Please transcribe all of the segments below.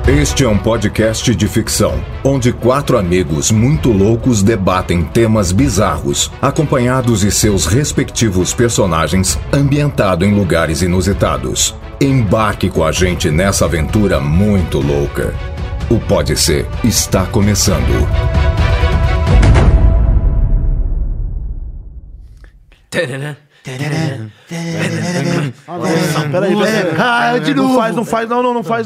Este é um podcast de ficção, onde 4 amigos muito loucos debatem temas bizarros, acompanhados de seus respectivos personagens, ambientado em lugares inusitados. Embarque com a gente nessa aventura muito louca. O Pode Ser está começando. Peraí. De novo. Não faz.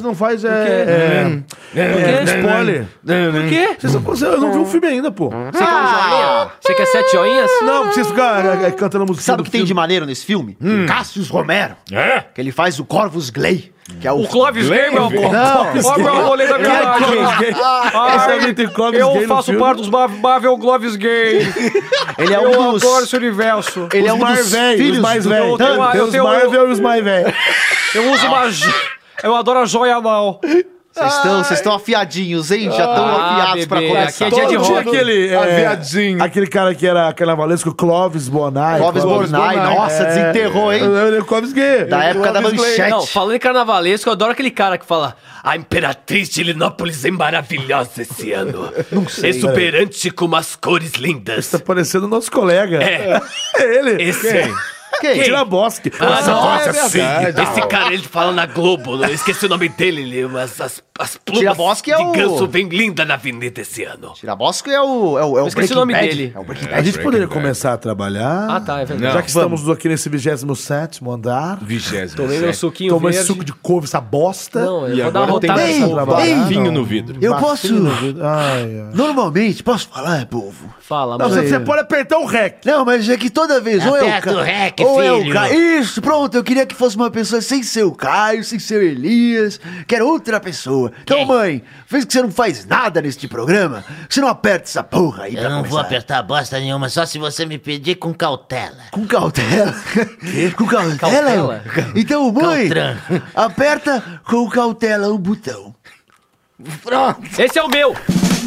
Spoiler. Por quê? Eu não vi o filme ainda, pô. Você quer um joinha? Você quer 7 joinhas? Não, não precisa ficar cantando a música. Sabe o que tem de maneiro nesse filme? Cassius Romero. Que ele faz o Corvus Glaive. Que é O Clovis Gay, meu amor. Não. Olha o rolê da viagem. Eu faço parte dos Marvel Clovis Gay. Ele é Eu um dos... adoro esse universo. Ele é um dos filhos os mais do... velhos. Tem os Marvel e os mais velhos. Eu uso uma... Eu adoro a joia anal. Vocês estão afiadinhos, hein? Já estão afiados pra bebê, começar. aqui é dia de rock. Aquele cara que era carnavalesco, Clóvis Bonai. Clóvis Bonai. Nossa, desenterrou, hein? Clóvis Gay. Da época da Manchete. Não, falando em carnavalesco, eu adoro aquele cara que fala: a Imperatriz de Linópolis é maravilhosa esse ano. Não sei. Exuberante com umas cores lindas. Tá parecendo o nosso colega. É. É ele. Esse. Quem? Tira Bosque. Esse cara, ele fala na Globo, eu esqueci o nome dele, as plumas Tirabosque é de o- ganso bem linda na avenida esse ano. Tirabosco é o esqueci Breaking o nome Bad. dele. É o Breaking A Bad. gente poderia começar a trabalhar. Ah, tá, é verdade. Já que estamos aqui nesse 27º andar. Tomei meu suquinho Toma esse verde. suco de couve, essa bosta. Não, eu E vou dar uma agora tem rotada mais nessa trabalhar. Tem vinho Não. no vidro. Eu Bafinho posso... no vidro. Ai. Normalmente, posso falar, povo? Fala, Não, mano. você pode apertar o REC. Não, mas é que toda vez ou Aperta o REC, ou é o filho. Caio. Isso, pronto, eu queria que fosse uma pessoa sem ser o Caio, sem ser o Elias, que era outra pessoa. Então, mãe, vez que você não faz nada neste programa, você não aperta essa porra aí pra Eu não vou começar. apertar bosta nenhuma, só se você me pedir com cautela. Com cautela. Com cautela? Cautela? Então, mãe, Caltran. aperta com cautela o botão. Pronto. Esse é o meu.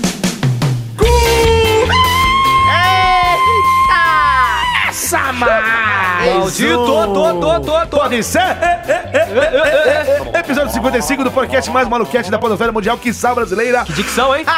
Maldito, Pode ser? Episódio 55 do podcast mais maluquete da podosfera mundial, quiçá brasileira. Dicção, hein?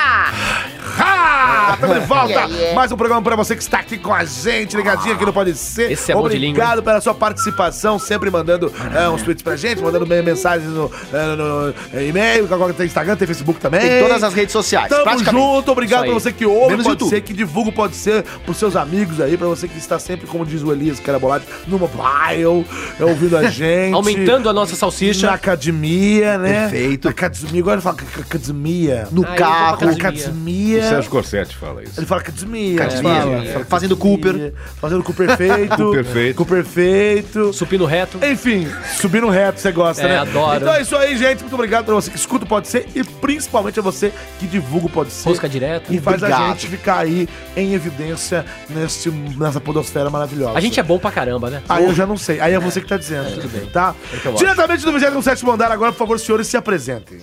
Estamos de volta. Mais um programa pra você que está aqui com a gente, ligadinho aqui no Pode Ser. Esse é bom de língua, Obrigado pela sua participação, sempre mandando uns tweets pra gente, mandando mensagens no e-mail, agora tem Instagram, tem Facebook também. Tem todas as redes sociais, Tamo praticamente. junto, obrigado Isso pra aí. você que ouve Menos Pode YouTube. Ser, que divulga o Pode Ser pros seus amigos aí, pra você que está sempre, como diz o Elias, que era bolado, no mobile, ouvindo a gente. Aumentando a nossa Na salsicha. academia, né? Perfeito. Na academia, agora ele fala academia. No Ah, eu vou carro, pra Na academia. academia. O Sérgio Corsetti fala isso. Ele fala academia. Academia, fala fazendo Cooper. Fazendo Cooper feito. Cooper feito. Cooper feito. Supino reto. Enfim, subindo reto, você gosta, É, né? adoro. Então é isso aí, gente. Muito obrigado pra você que escuta o Pode Ser e principalmente a você que divulga o Pode Ser. Rosca direto. E faz a Obrigado. gente ficar aí em evidência nessa podosfera maravilhosa. A gente é bom pra caramba, né? Aí eu já não sei. Aí é você que tá dizendo. Tudo bem, tá? que eu gosto. Diretamente do 27º andar, agora, por favor, senhores, se apresentem.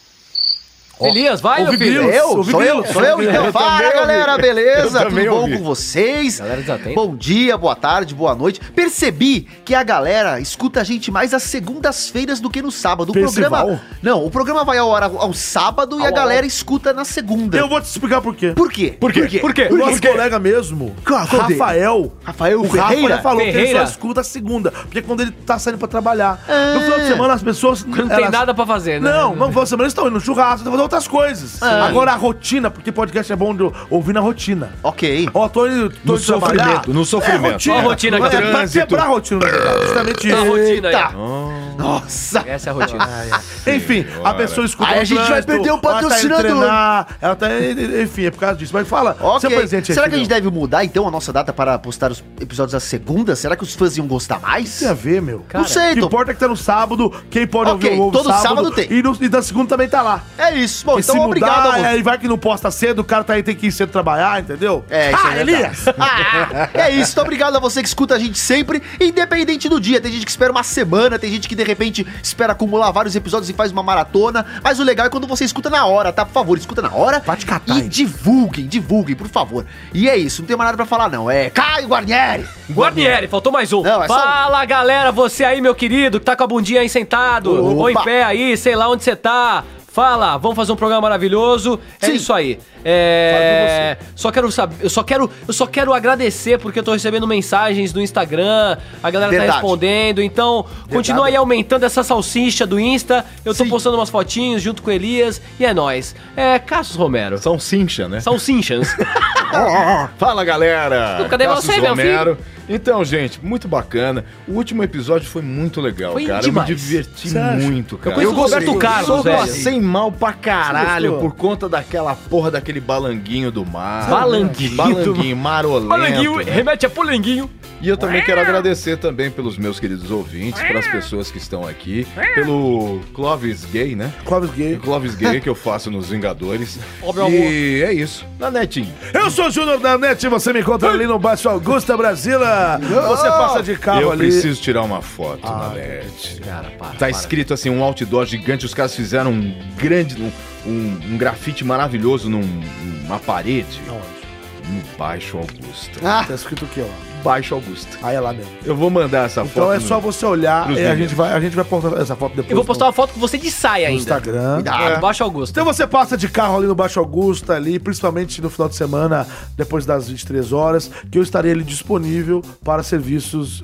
Elias, vai, meu ouvi filho. grilos. Sou eu? Então, fala, galera, beleza? Eu Tudo também bom ouvi. com vocês? Galera desatenta. Bom dia, boa tarde, boa noite. Percebi que a galera escuta a gente mais às segundas-feiras do que no sábado. O Percival? programa... Não, o programa vai ao ar ao sábado e a galera escuta na segunda. Eu vou te explicar por quê. Por quê? Por quê? Por quê? O nosso colega mesmo, Qual dele? Rafael o Ferreira? falou que ele Ferreira? só escuta a segunda, porque quando ele tá saindo pra trabalhar. No final de semana as pessoas... Não tem nada pra fazer, né? Não, no final de semana eles estão indo no churrasco, estão fazendo outras coisas. Agora a rotina, porque podcast é bom de ouvir na rotina. Ok. Ó, tô indo No trabalhar. sofrimento, no sofrimento. Ó a rotina Não, que é eu pra trânsito. quebrar a rotina, na verdade, justamente A isso. rotina aí. Eita. Nossa. Essa é a rotina. Enfim, a pessoa escuta Aí a no gente vai trânsito, perder o ela tá indo patrocinador. treinar, ela tá... Enfim, é por causa disso. Mas fala, seu Ok. presente aí, Será que a gente filhão. deve mudar então a nossa data para postar os episódios às segundas? Será que os fãs iam gostar mais? Tem a ver, meu. Não sei, O que tô... importa é que tá no sábado, quem pode Ok, ouvir o todo sábado tem. E na segunda também tá lá. É isso. Bom, E então se obrigado. mudar, amor. aí vai que não posta cedo, o cara tá aí, tem que ir cedo trabalhar, entendeu? É, isso é verdade. Elias! É isso, então obrigado a você que escuta a gente sempre, independente do dia. Tem gente que espera uma semana, tem gente que de repente espera acumular vários episódios e faz uma maratona. Mas o legal é quando você escuta na hora, tá? Por favor, escuta na hora. Vai te catar, E hein? divulguem, por favor. E é isso, não tem mais nada pra falar, não. É Caio Guarnieri. Guarnieri, faltou mais um. Não, é só- Fala, galera, você aí, meu querido, que tá com a bundinha aí sentado, Opa. ou em pé aí, sei lá onde você tá. Fala, vamos fazer um programa maravilhoso. É Sim. isso aí. Só quero saber, eu só quero agradecer porque eu tô recebendo mensagens no Instagram, a galera Verdade. tá respondendo. Então, continua aí aumentando essa salsicha do Insta. Eu tô postando umas fotinhos junto com o Elias e é nóis. Cassius Romero. São cincha, né? Salsichas. Fala, galera! Cadê Cassius você, meu Romero. Então, gente, muito bacana. O último episódio foi muito legal, Foi cara. demais. Eu me diverti Você acha? muito, cara. Eu conheço o Roberto Carlos, Só velho. passei mal pra caralho Você gostou? por conta daquela porra daquele balanguinho do mar. Balanguinho Balanguinho, marolento. Polenguinho, né? remete a polenguinho. E eu também quero agradecer também pelos meus queridos ouvintes, pelas pessoas que estão aqui, pelo Clóvis Gay, né? Clóvis Gay. O Clóvis Gay que eu faço nos Vingadores. Ó, meu E é isso. Na Netinho. Eu sou o Júnior da NET, você me encontra ali no Baixo Augusta, Brasília. Você passa de carro Eu ali. preciso tirar uma foto na net. Cara, para. Tá escrito assim, um outdoor gigante, os caras fizeram um grande, um grafite maravilhoso numa parede. No Baixo Augusta. Tá escrito o quê, ó? Baixo Augusta. Aí é lá mesmo. Eu vou mandar essa foto. Então é só você olhar pros e a meninos. gente vai postar essa foto depois. Eu vou postar uma foto com você de saia no ainda. Instagram. Cuidado, Baixo Augusto. Então você passa de carro ali no Baixo Augusta, ali, principalmente no final de semana, depois das 23 horas, que eu estarei ali disponível para serviços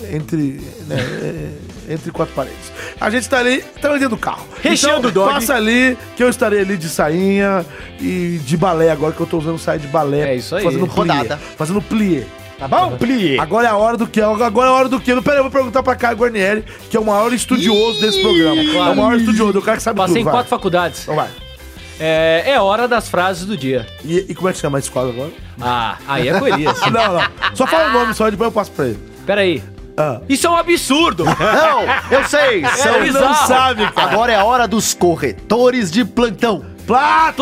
entre quatro paredes. A gente está ali, também dentro do carro. Recheando então, o dog. passa ali, que eu estarei ali de sainha e de balé, agora que eu tô usando saia de balé. É isso aí. Fazendo Rodada. plié. Fazendo plié. Tá bom? Plié. Agora é a hora do que? Agora é a hora do que? Peraí, eu vou perguntar pra Caio Guarnieri, que é o maior estudioso desse programa. É o maior estudioso, o cara que sabe Passei tudo. em vai. 4 faculdades. Então vai. É hora das frases do dia. E como é que chama esse quadro agora? Ah, aí é com Elias. Não. Só fala o nome só, depois eu passo pra ele. Pera aí. Ah. Isso é um absurdo. Não, eu sei. É Ele não bizarro. sabe, cara. Agora é a hora dos corretores de plantão. Platão!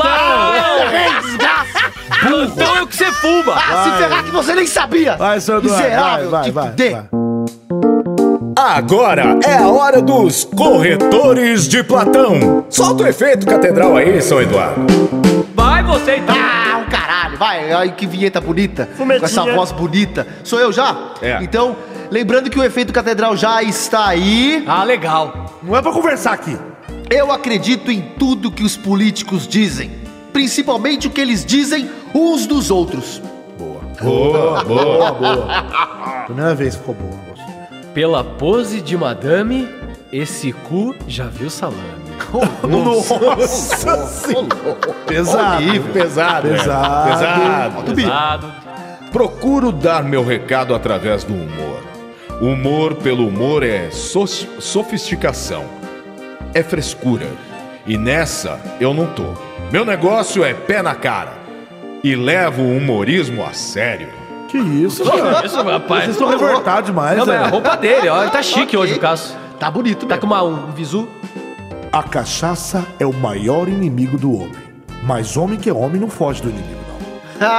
Plantão é o que você fuma. Se ferrar que você nem sabia. Vai, seu Eduardo. Miserável, Vai, te vai, fuder. vai. Agora é a hora dos corretores de Platão. Solta o efeito catedral aí, São Eduardo. Vai você então. Ah, o caralho, vai. Ai, que vinheta bonita. Com essa voz bonita. Sou eu já? É. Então, lembrando que o efeito catedral já está aí. Ah, legal. Não é pra conversar aqui. Eu acredito em tudo que os políticos dizem. Principalmente o que eles dizem uns dos outros. Boa, boa. Primeira vez que ficou boa. moço. Pela pose de madame, esse cu já viu salame. Nossa senhora. Pesado. Pesado. Pesado. Pesado. Pesado. Procuro dar meu recado através do humor. Humor pelo humor é sofisticação. É frescura. E nessa eu não tô. Meu negócio é pé na cara. E levo o humorismo a sério. Que isso, cara? Isso, rapaz. Vocês estão revoltados demais, Não, mas é a né? roupa dele, ó. Ele tá chique hoje, o Cássio. Tá bonito, Tá mesmo. com um visu. A cachaça é o maior inimigo do homem. Mas homem que é homem não foge do inimigo, não.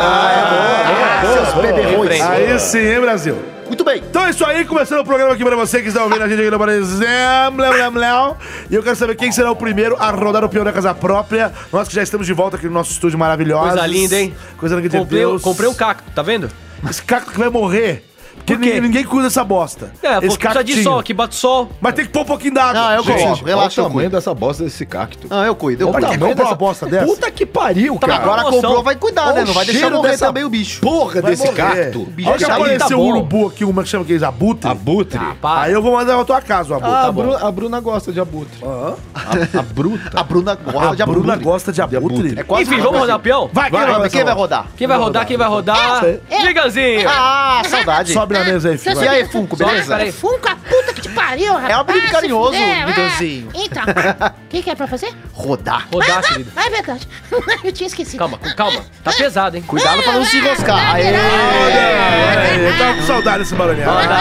Seus beberrões. Refrém. Aí sim, hein, Brasil? Muito bem. Então é isso aí, começando o programa aqui pra você que está ouvindo a gente aqui no Brasil. E eu quero saber quem será o primeiro a rodar o peão da casa própria. Nós que já estamos de volta aqui no nosso estúdio maravilhoso. Coisa linda, hein? Coisa linda de Deus. Comprei um cacto, tá vendo? Esse cacto que vai morrer. Porque Por quê? ninguém cuida dessa bosta. É, Esse precisa de sol, aqui bate sol. Mas tem que pôr um pouquinho d'água. Não, eu gente. coloco. Relaxa, eu Olha o tamanho cuido. dessa bosta desse cacto. Não, eu cuido. Eu Pra cuido. que comprar uma bosta dessa? Puta que pariu, Tá cara. bom. Agora promoção. comprou, vai cuidar, né? Olha Não vai o deixar cheiro morrer dessa também o bicho. Porra Vai desse morrer. cacto. bicho Olha que tá apareceu bom. um urubu aqui, uma que chama que é abutre. Abutre. Para. Aí eu vou mandar pra tua casa, o abutre. A Bruna gosta de abutre. A bruta. A Bruna gosta de A Bruna abutre. gosta de abutre. É quase Enfim, vamos rodar o peão? Vai, Quem vai rodar? Quem vai rodar, quem vai rodar? Giganzinho. Ah, saudade. Sobe na mesa aí, filho. E aí, Funko, beleza? Peraí. Funko, a puta que te pariu, rapaz. É um apelido Se carinhoso, fuder, Guidanzinho. Então, o que é pra fazer? Rodar. Rodar, querido. É verdade. Eu tinha esquecido. Calma, calma. Tá pesado, hein? Cuidado pra não se enroscar. Aê! Eu tava com saudade desse barulhinho. Roda.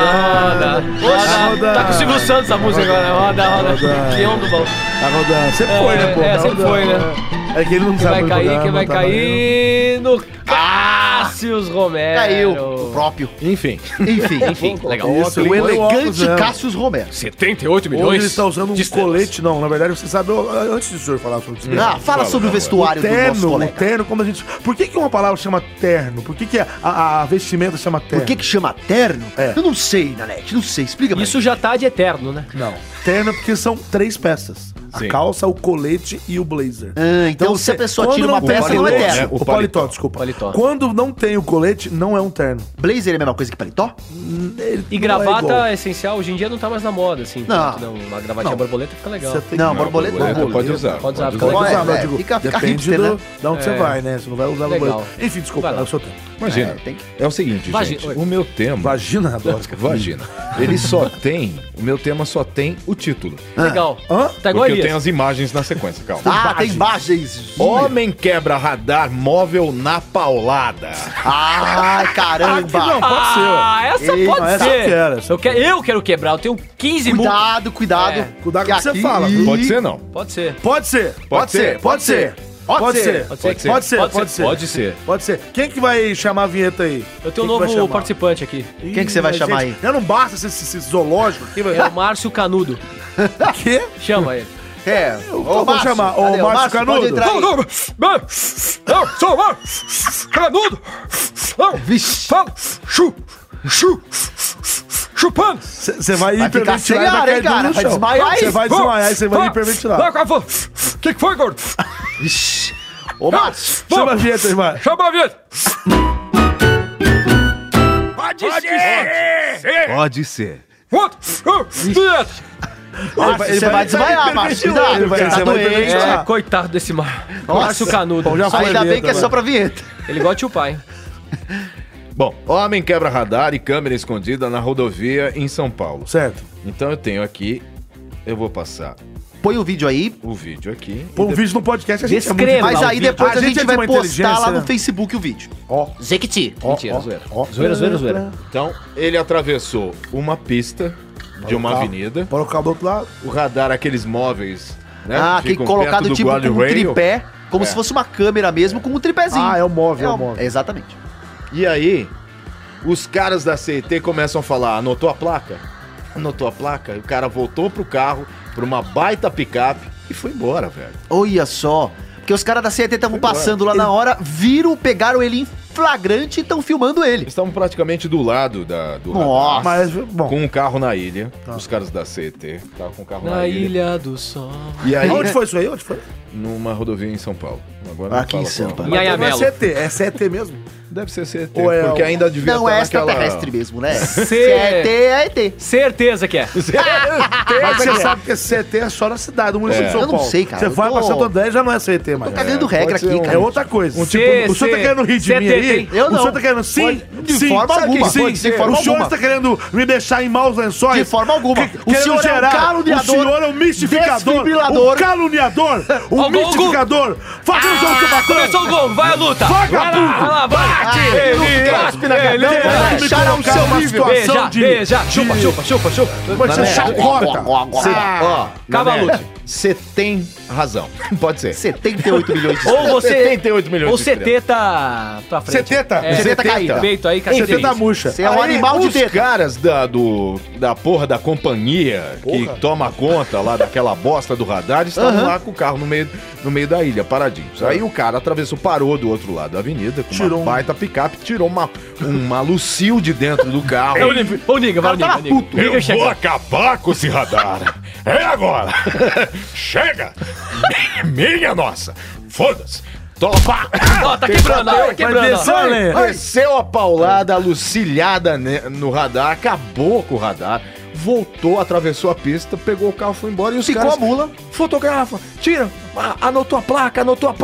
Tá com o Silvio Santos a música agora. Roda. Peão do balão. Tá rodando. Sempre foi, né, pô? É, Tá sempre rodando. foi, né? É que ele não Quem sabe vai o cair, programa, quem vai tá cair no Cássius Romero. Caiu. O próprio. Enfim. Enfim. Legal. Isso, O põe óculos, elegante né? Cássios Romero. 78 Hoje milhões. ele está usando um de estrelas. colete, não. Na verdade, você sabe, antes do senhor falar sobre isso. Ah, fala sobre o vestuário do nosso Terno, o colega. terno, como a gente. Por que uma palavra chama terno? Por que a vestimenta chama terno? Por que chama terno? É. Eu não sei, Nanete, não sei. Explica pra Isso já tá de eterno, né? Não. Terno é porque são 3 peças. A Sim. calça, o colete e o blazer. Então se a pessoa quando tira uma peça, não é colete, terno. O paletó, desculpa. Paletó. Quando não tem o colete, não é um terno. Blazer é a mesma coisa que paletó? Ele E não gravata é igual. essencial, hoje em dia não tá mais na moda, assim. Não. tanto, Uma gravatinha Não. borboleta fica legal. Você tem Não, que... borboleta Pode usar. Pode usar, fica Pode legal. usar, mas eu é, digo, fica depende hipster, né? de onde você vai, né? Você não vai usar Legal. borboleta. Enfim, desculpa, Vai lá. é o seu tempo. Imagina. tem que- É o seguinte, Vagina. gente. O meu tema... Vagina, adoro. Vagina. Ele só tem... O meu tema só tem o título. Legal. Hã? Tá igual Porque eu Elias. tenho as imagens na sequência, calma. Tem imagens. Homem quebra radar móvel na paulada. Ai, caramba. Não, pode ser. Ah, essa Ei, pode essa ser. eu quero, essa Eu quero quebrar, eu tenho 15 mil. Cuidado. Cuidado com o que você aqui- fala, viu? Pode ser, não. Pode ser. Pode ser. Pode ser. Pode ser. Pode ser. Pode Pode ser. ser. Pode ser. Pode ser. Pode ser. Quem que vai chamar a vinheta aí? Eu tenho Quem um que vai novo chamar? participante aqui. Quem que você vai Ih, chamar gente, aí? Já não basta esse zoológico aqui, É o Márcio Canudo. O quê? Chama ele. Então vou chamar. Ô, Cadê? Márcio Pode Canudo. entrar aí. Eu sou o Márcio Canudo. Vixe. Chupando. Você vai Vai ficar sem hiperventilar e ar, vai hein, cair cara? no Vai chão. desmaiar aí. Você vai desmaiar e você vai hiperventilar. O que foi, gordo? Vixe. Ô, Márcio. Chama a vinheta, irmão. Chama a vinheta. Pode ser. Vinheta. Márcio, você vai desmaiar, Márcio. Cuidado, Ele vai- você tá você vai doente. hiperventilar. É, coitado desse Márcio Canudo. Bom, já foi Ainda a bem vinheta, que é só vai. pra vinheta. Ele gosta de chupar, hein? Bom, homem quebra radar e câmera escondida na rodovia em São Paulo. Certo. Então eu tenho aqui, eu vou passar Põe o vídeo aí. o vídeo aqui. Põe um vídeo no podcast, a gente é muito... Descreva. Mas lá o aí vídeo. depois A a gente gente é de vai uma postar inteligência, lá no né? Facebook o vídeo. Zequiti. Mentira, zoeira. Ó. Zoeira. Então, ele atravessou uma pista de uma Carro. avenida. Bora o carro do outro lado. O radar, aqueles móveis, né? Ah, que ficam colocado perto do tipo com um guardrail. tripé, como É. se fosse uma câmera mesmo, com um tripézinho. Ah, é o móvel, é o móvel. Exatamente. E aí, os caras da CET começam a falar, anotou a placa? Anotou a placa? O cara voltou pro carro, pra uma baita picape e foi embora, velho. Olha só. Porque os caras da CET estavam Foi embora. passando lá na hora, viram, pegaram ele em flagrante e estão filmando ele. Eles estavam praticamente do lado do Nossa. radar, Mas, bom, com um carro na ilha. Os caras da CET estavam com um carro na, Na ilha. Ilha do Sol. E aí, onde foi isso aí? Onde foi? numa rodovia em São Paulo. Agora não Aqui em fala Sampa. qual. Em Não é Anhamelo. CT, é CT mesmo? Deve ser CET, Ou é porque o- ainda devia Não estar é naquela... extraterrestre mesmo, né? C- CET é ET. Certeza que é. Mas você sabe que CT é só na cidade, no município de São Eu não Paulo. sei, cara, Você eu vai tô- pra Santo André já não é CT mais. Tô cagando regra pode ser aqui, um- cara. É outra coisa. C- o senhor tá C- querendo rir de mim CT aí? tem. Eu O não. senhor tá querendo... Sim, De sim. forma Sabe alguma. que sim. Pode ser de forma O senhor alguma. está querendo me deixar em maus lençóis? De forma alguma. O Querendo senhor é um gerar. caluniador, O senhor é um mistificador. desfibrilador. Um caluniador. Um Ó, o gol, mistificador. Faça um jogo, seu patrão. Começou o gol, vai a luta. Vagabundo. Vai lá, vai. Ele cospe na ele- garganta, Vai vai me deixar ao colocar seu numa nível. situação Beija, de... beija. Chupa, chupa, chupa, chupa. Você chacota. Ó, Cava a Nanete, luta. você tem razão. Pode ser. 78 milhões de Ou você... 78 milhões Ou de CT tá pra frente. CT tá. É, CT tá caída. Peito aí, CT cacete. tá murcha. Você é um Aí, animal de os teta. caras da porra da companhia que toma conta lá daquela bosta do radar estavam lá com o carro no meio da ilha, paradinhos. Aí o cara atravessou, parou do outro lado da avenida com Tirou uma baita picape, tirou uma Lucil de dentro do carro. Ô, Niga, vai, Cara, Niga. puto. Niga chega. acabar com esse radar. É agora. Chega. Minha nossa. Foda-se. Toma. Ó, tá quebrando, ó, tá quebrando. descer, ó. Lê. Desceu a paulada, a lucilhada no radar, acabou com o radar, voltou, atravessou a pista, pegou o carro, foi embora e os Ficou caras... a mula. Fotografa, tira, anotou a placa,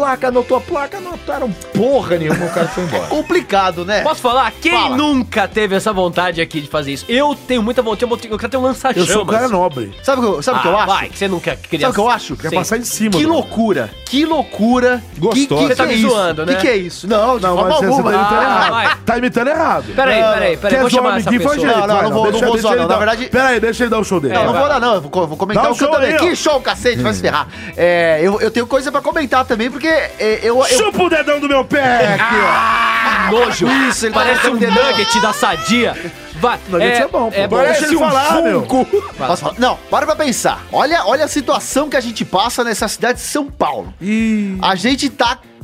anotaram porra nenhuma, o cara foi embora. Complicado, né? Posso falar? Quem Fala. nunca teve essa vontade aqui de fazer isso? Eu tenho muita vontade, eu quero ter um lança-chamas. Eu sou um cara nobre. Sabe o que eu acho? Vai, que você nunca queria... Sabe o que eu acho? Quer Sim. passar em cima. Que do- loucura. Que loucura. Gostosa. Que Você tá é me isso? zoando, né? Que é isso? Não, de Não, forma mas você alguma. tá imitando errado. vai. Tá imitando errado. Peraí, Quer vou zoar chamar o essa amiguinho, faz pessoa. jeito. Não, vai, não vou deixa zoar, ele não. dar- Na verdade- Peraí, deixa ele dar o show dele. Não, não vai. vou dar, não. Eu vou comentar Dá o um que eu show também. aí, ó. Que show, cacete, vai se ferrar. É, eu tenho coisa pra comentar também, porque eu Chupa o dedão do meu pé aqui, ó. Nojo. Isso, ele tá Parece um metendo dedão. nugget da Sadia. Vai. Nugget é bom, pô. É bom. Deixa ele falar, meu. Posso falar? Não, para pra pensar. Olha a situação que a gente passa nessa cidade de São Paulo. Ih, A gente tá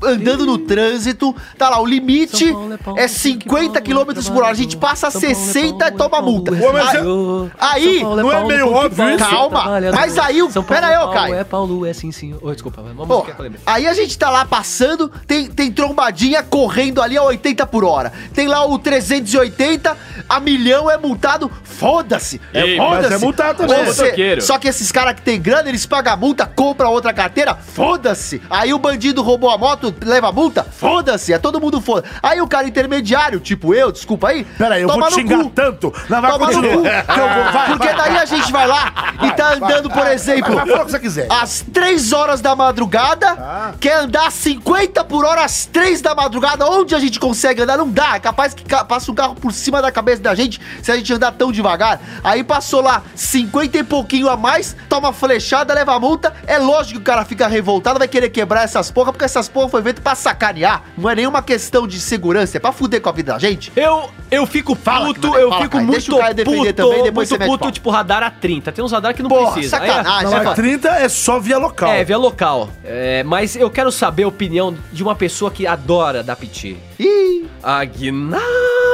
andando no trânsito, tá lá, o limite é 50 km por hora. A gente passa 60 e toma multa. Aí, não é meio óbvio isso? Calma, mas aí, pera aí, ô Caio. É Paulo, é sim, sim. Oi, desculpa, uma Pô, música que eu lembrei. aí a gente tá lá passando, tem trombadinha correndo ali a 80 por hora. Tem lá o 380, a milhão é multado, foda-se. Ei, mas é multado também. Só que esses caras que tem grana, eles pagam a multa, compram outra carteira, foda-se. Aí o bandido roubou a moto, leva a multa, foda-se. É todo mundo foda. Aí o cara intermediário, tipo eu, desculpa aí. Pera aí, eu vou te xingar tanto. Não, vai Toma no continuar. cu. Que eu vou, vai, Porque daí a gente vai lá e tá andando, por exemplo, Vai falar o que você quiser. às 3 horas da madrugada, quer andar 50 por hora às 3 da madrugada, onde a gente consegue andar? Não dá, é capaz que passa um carro por cima da cabeça da gente se a gente andar tão devagar. Aí passou lá 50 e pouquinho a mais, toma flechada, leva a multa. É lógico que o cara fica revoltado, vai querer quebrar essas porra, porque essas porra foi feita pra sacanear. Não é nenhuma questão de segurança, é pra fuder com a vida da gente. Eu fico Fala, puto, Caio, eu fala, fico Caio. muito Deixa o Caio defender puto, também, depois você muito mete puto, pau. tipo radar a 30. Tem uns radar que não Porra, precisa. sacanagem. Aí, Não, a 30 é só via local. é, via local. É, mas eu quero saber a opinião de uma pessoa que adora dar piti. Ih, Aguinaldo!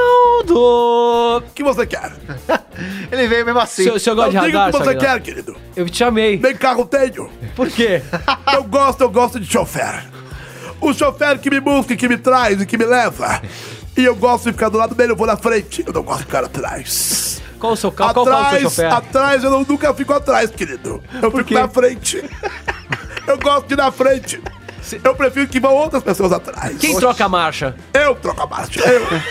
O que você quer? ele veio mesmo assim. O senhor gosta de Não diga radar, o que você seu quer, Aguinaldo? querido. Eu te chamei. Nem carro tenho. Por quê? Eu gosto de chofer. O chofer que me busca, que me traz e que me leva. E eu gosto de ficar do lado dele, eu vou na frente. Eu não gosto de ficar atrás. Qual o seu carro? Qual carro é o seu chofer? Atrás eu nunca fico atrás, querido. Eu fico quê? na frente. Eu gosto de ir na frente. Eu prefiro que vão outras pessoas atrás. Quem troca a marcha? Eu troco a marcha.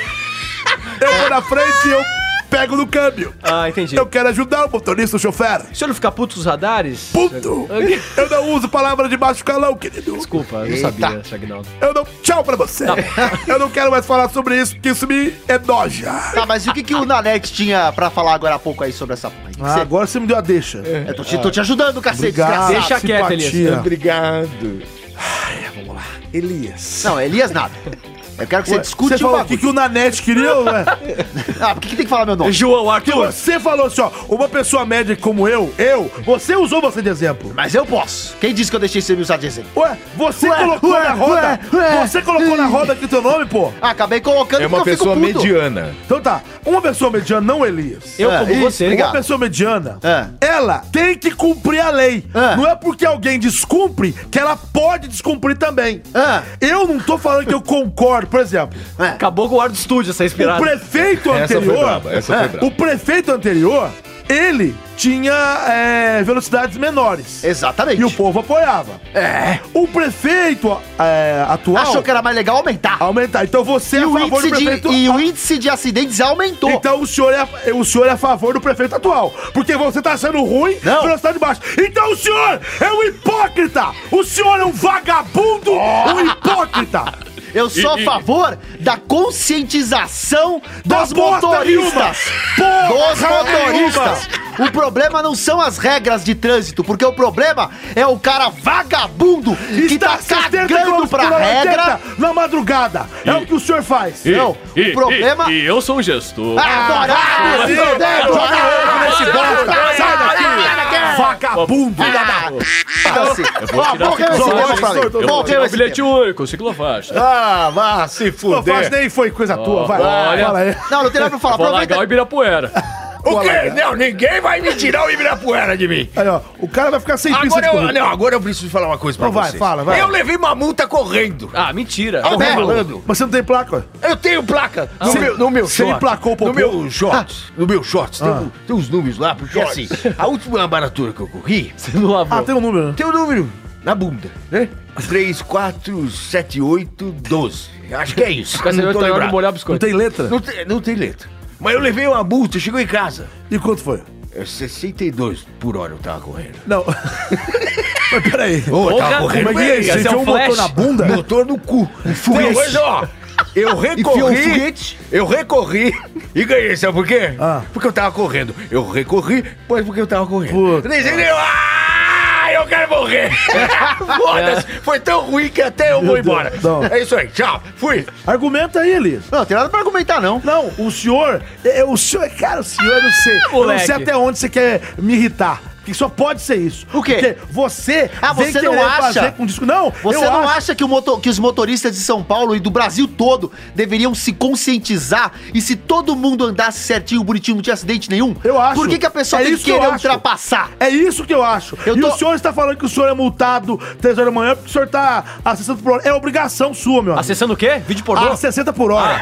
Eu vou na frente e eu pego no câmbio. Ah, entendi. Eu quero ajudar o motorista, o chofer. O senhor não fica puto com os radares? Puto! Eu não uso palavra de baixo calão, querido. Desculpa, eu não sabia, Aguinaldo. Eu não... Tchau pra você. Eu não quero mais falar sobre isso, porque isso me enoja. Tá, mas e o que o Nanete tinha pra falar agora há pouco aí sobre essa porra aí? Cê- Agora você me deu a deixa. Eu tô te ajudando, cacete, Obrigado. desgraçado. Deixa quieto, Elias. simpatia. Obrigado. Vamos lá. Elias. Não, Elias nada. Eu quero que você discute Você o falou o bagulho. que o Nanete queria, ou não é? Ah, por que tem que falar meu nome? João Porque Arthur. você falou assim, ó, uma pessoa média como você usou você de exemplo. Mas eu posso. Quem disse que eu deixei você me usar de exemplo? Ué, você colocou na roda. Você colocou na roda aqui o teu nome, pô. Ah, acabei colocando É uma porque eu pessoa fico puto. mediana. Então tá, uma pessoa mediana, não Elias. Eu como isso, você. obrigado. Uma pessoa mediana, É. ela tem que cumprir a lei. É. Não é porque alguém descumpre que ela pode descumprir também. É. Eu não tô falando que eu concordo, por exemplo. Acabou com o ar do estúdio, essa O inspirada. prefeito Essa foi anterior. braba, essa foi braba. O prefeito anterior, ele tinha velocidades menores. Exatamente. E o povo apoiava. É. O prefeito atual. Achou que era mais legal aumentar. aumentar. Então você é E a o, favor do índice prefeito de, e o índice de acidentes aumentou. Então o senhor é a favor do prefeito atual. Porque você tá achando ruim Não. velocidade baixa. Então o senhor é um hipócrita! O senhor é um vagabundo, um hipócrita! Eu sou a favor da conscientização dos bosta motoristas. nenhuma. Dos Porra motoristas. O problema não são as regras de trânsito, porque o problema é o cara vagabundo que tá 70 cagando quilômetros pra por hora, regra. 80 na madrugada. É o que o senhor faz. Não, o problema... E eu sou um gestor. Adorado! Sim, joga ovo nesse bosta. Sai daqui. Vagabundo. Filha da... Morreu esse Zoológico, tema pra mim. eu vou Morreu esse tema. único, ciclofaixa. Ah, vá se Não faz fuder. nem foi coisa tua. Vai, olha. fala aí. Não, não tem nada pra falar. Vou largar Aproveita. o Ibirapuera. O quê? Não, ninguém vai me tirar o Ibirapuera de mim. Aí, ó, o cara vai ficar sem pista de corrida. Agora eu preciso falar uma coisa pra Então vai, vocês. fala, vai. Eu levei uma multa correndo. Ah, mentira. Tô É. falando. Mas você não tem placa? Eu tenho placa no meu você short. emplacou o popô? No meu shorts. No meu shorts. Tem uns números lá, porque assim, a última baratura que eu corri, Você não lavou. Ah, tem um número. tem um número na bunda, né? 3, 4, 7, 8, 12. Acho que é isso. Fica Não tô sem lembrado. molhar o Não biscoito. tem letra? Não tem letra. Mas eu levei uma multa, chegou em casa. E quanto foi? 62 por hora eu tava correndo. Não. Mas peraí. Ô, eu tava Porra, correndo Como é que é bem. isso? Esse Você é enfiou um um motor flash? na bunda? Motor no cu. Não, mas ó, eu Enfiou um recorri. foguete? Eu recorri e ganhei, sabe por quê? Ah. Porque eu tava correndo. Eu recorri, mas porque eu tava correndo. Puta. Entendeu? Eu quero morrer! Foda-se! Foi tão ruim que até eu vou Meu Deus, embora. não. É isso aí, tchau. Fui. Argumenta aí, Elias. Não, tem nada pra argumentar, não. Não, o senhor, cara, o senhor, eu não sei. Eu não moleque. sei até onde você quer me irritar. que só pode ser isso. O quê? Porque você você não querer acha? fazer com disco... Não, Você eu não acho. acha que, que os motoristas de São Paulo e do Brasil todo deveriam se conscientizar e se todo mundo andasse certinho, bonitinho, não tinha acidente nenhum? Eu acho. Por que a pessoa É tem que isso que eu querer acho. ultrapassar? É isso que eu acho. Eu E tô- o senhor está falando que o senhor é multado 3 horas da manhã porque o senhor tá acessando por hora. É obrigação sua, meu amigo. Acessando o quê? Vídeo pornô? 60 por hora.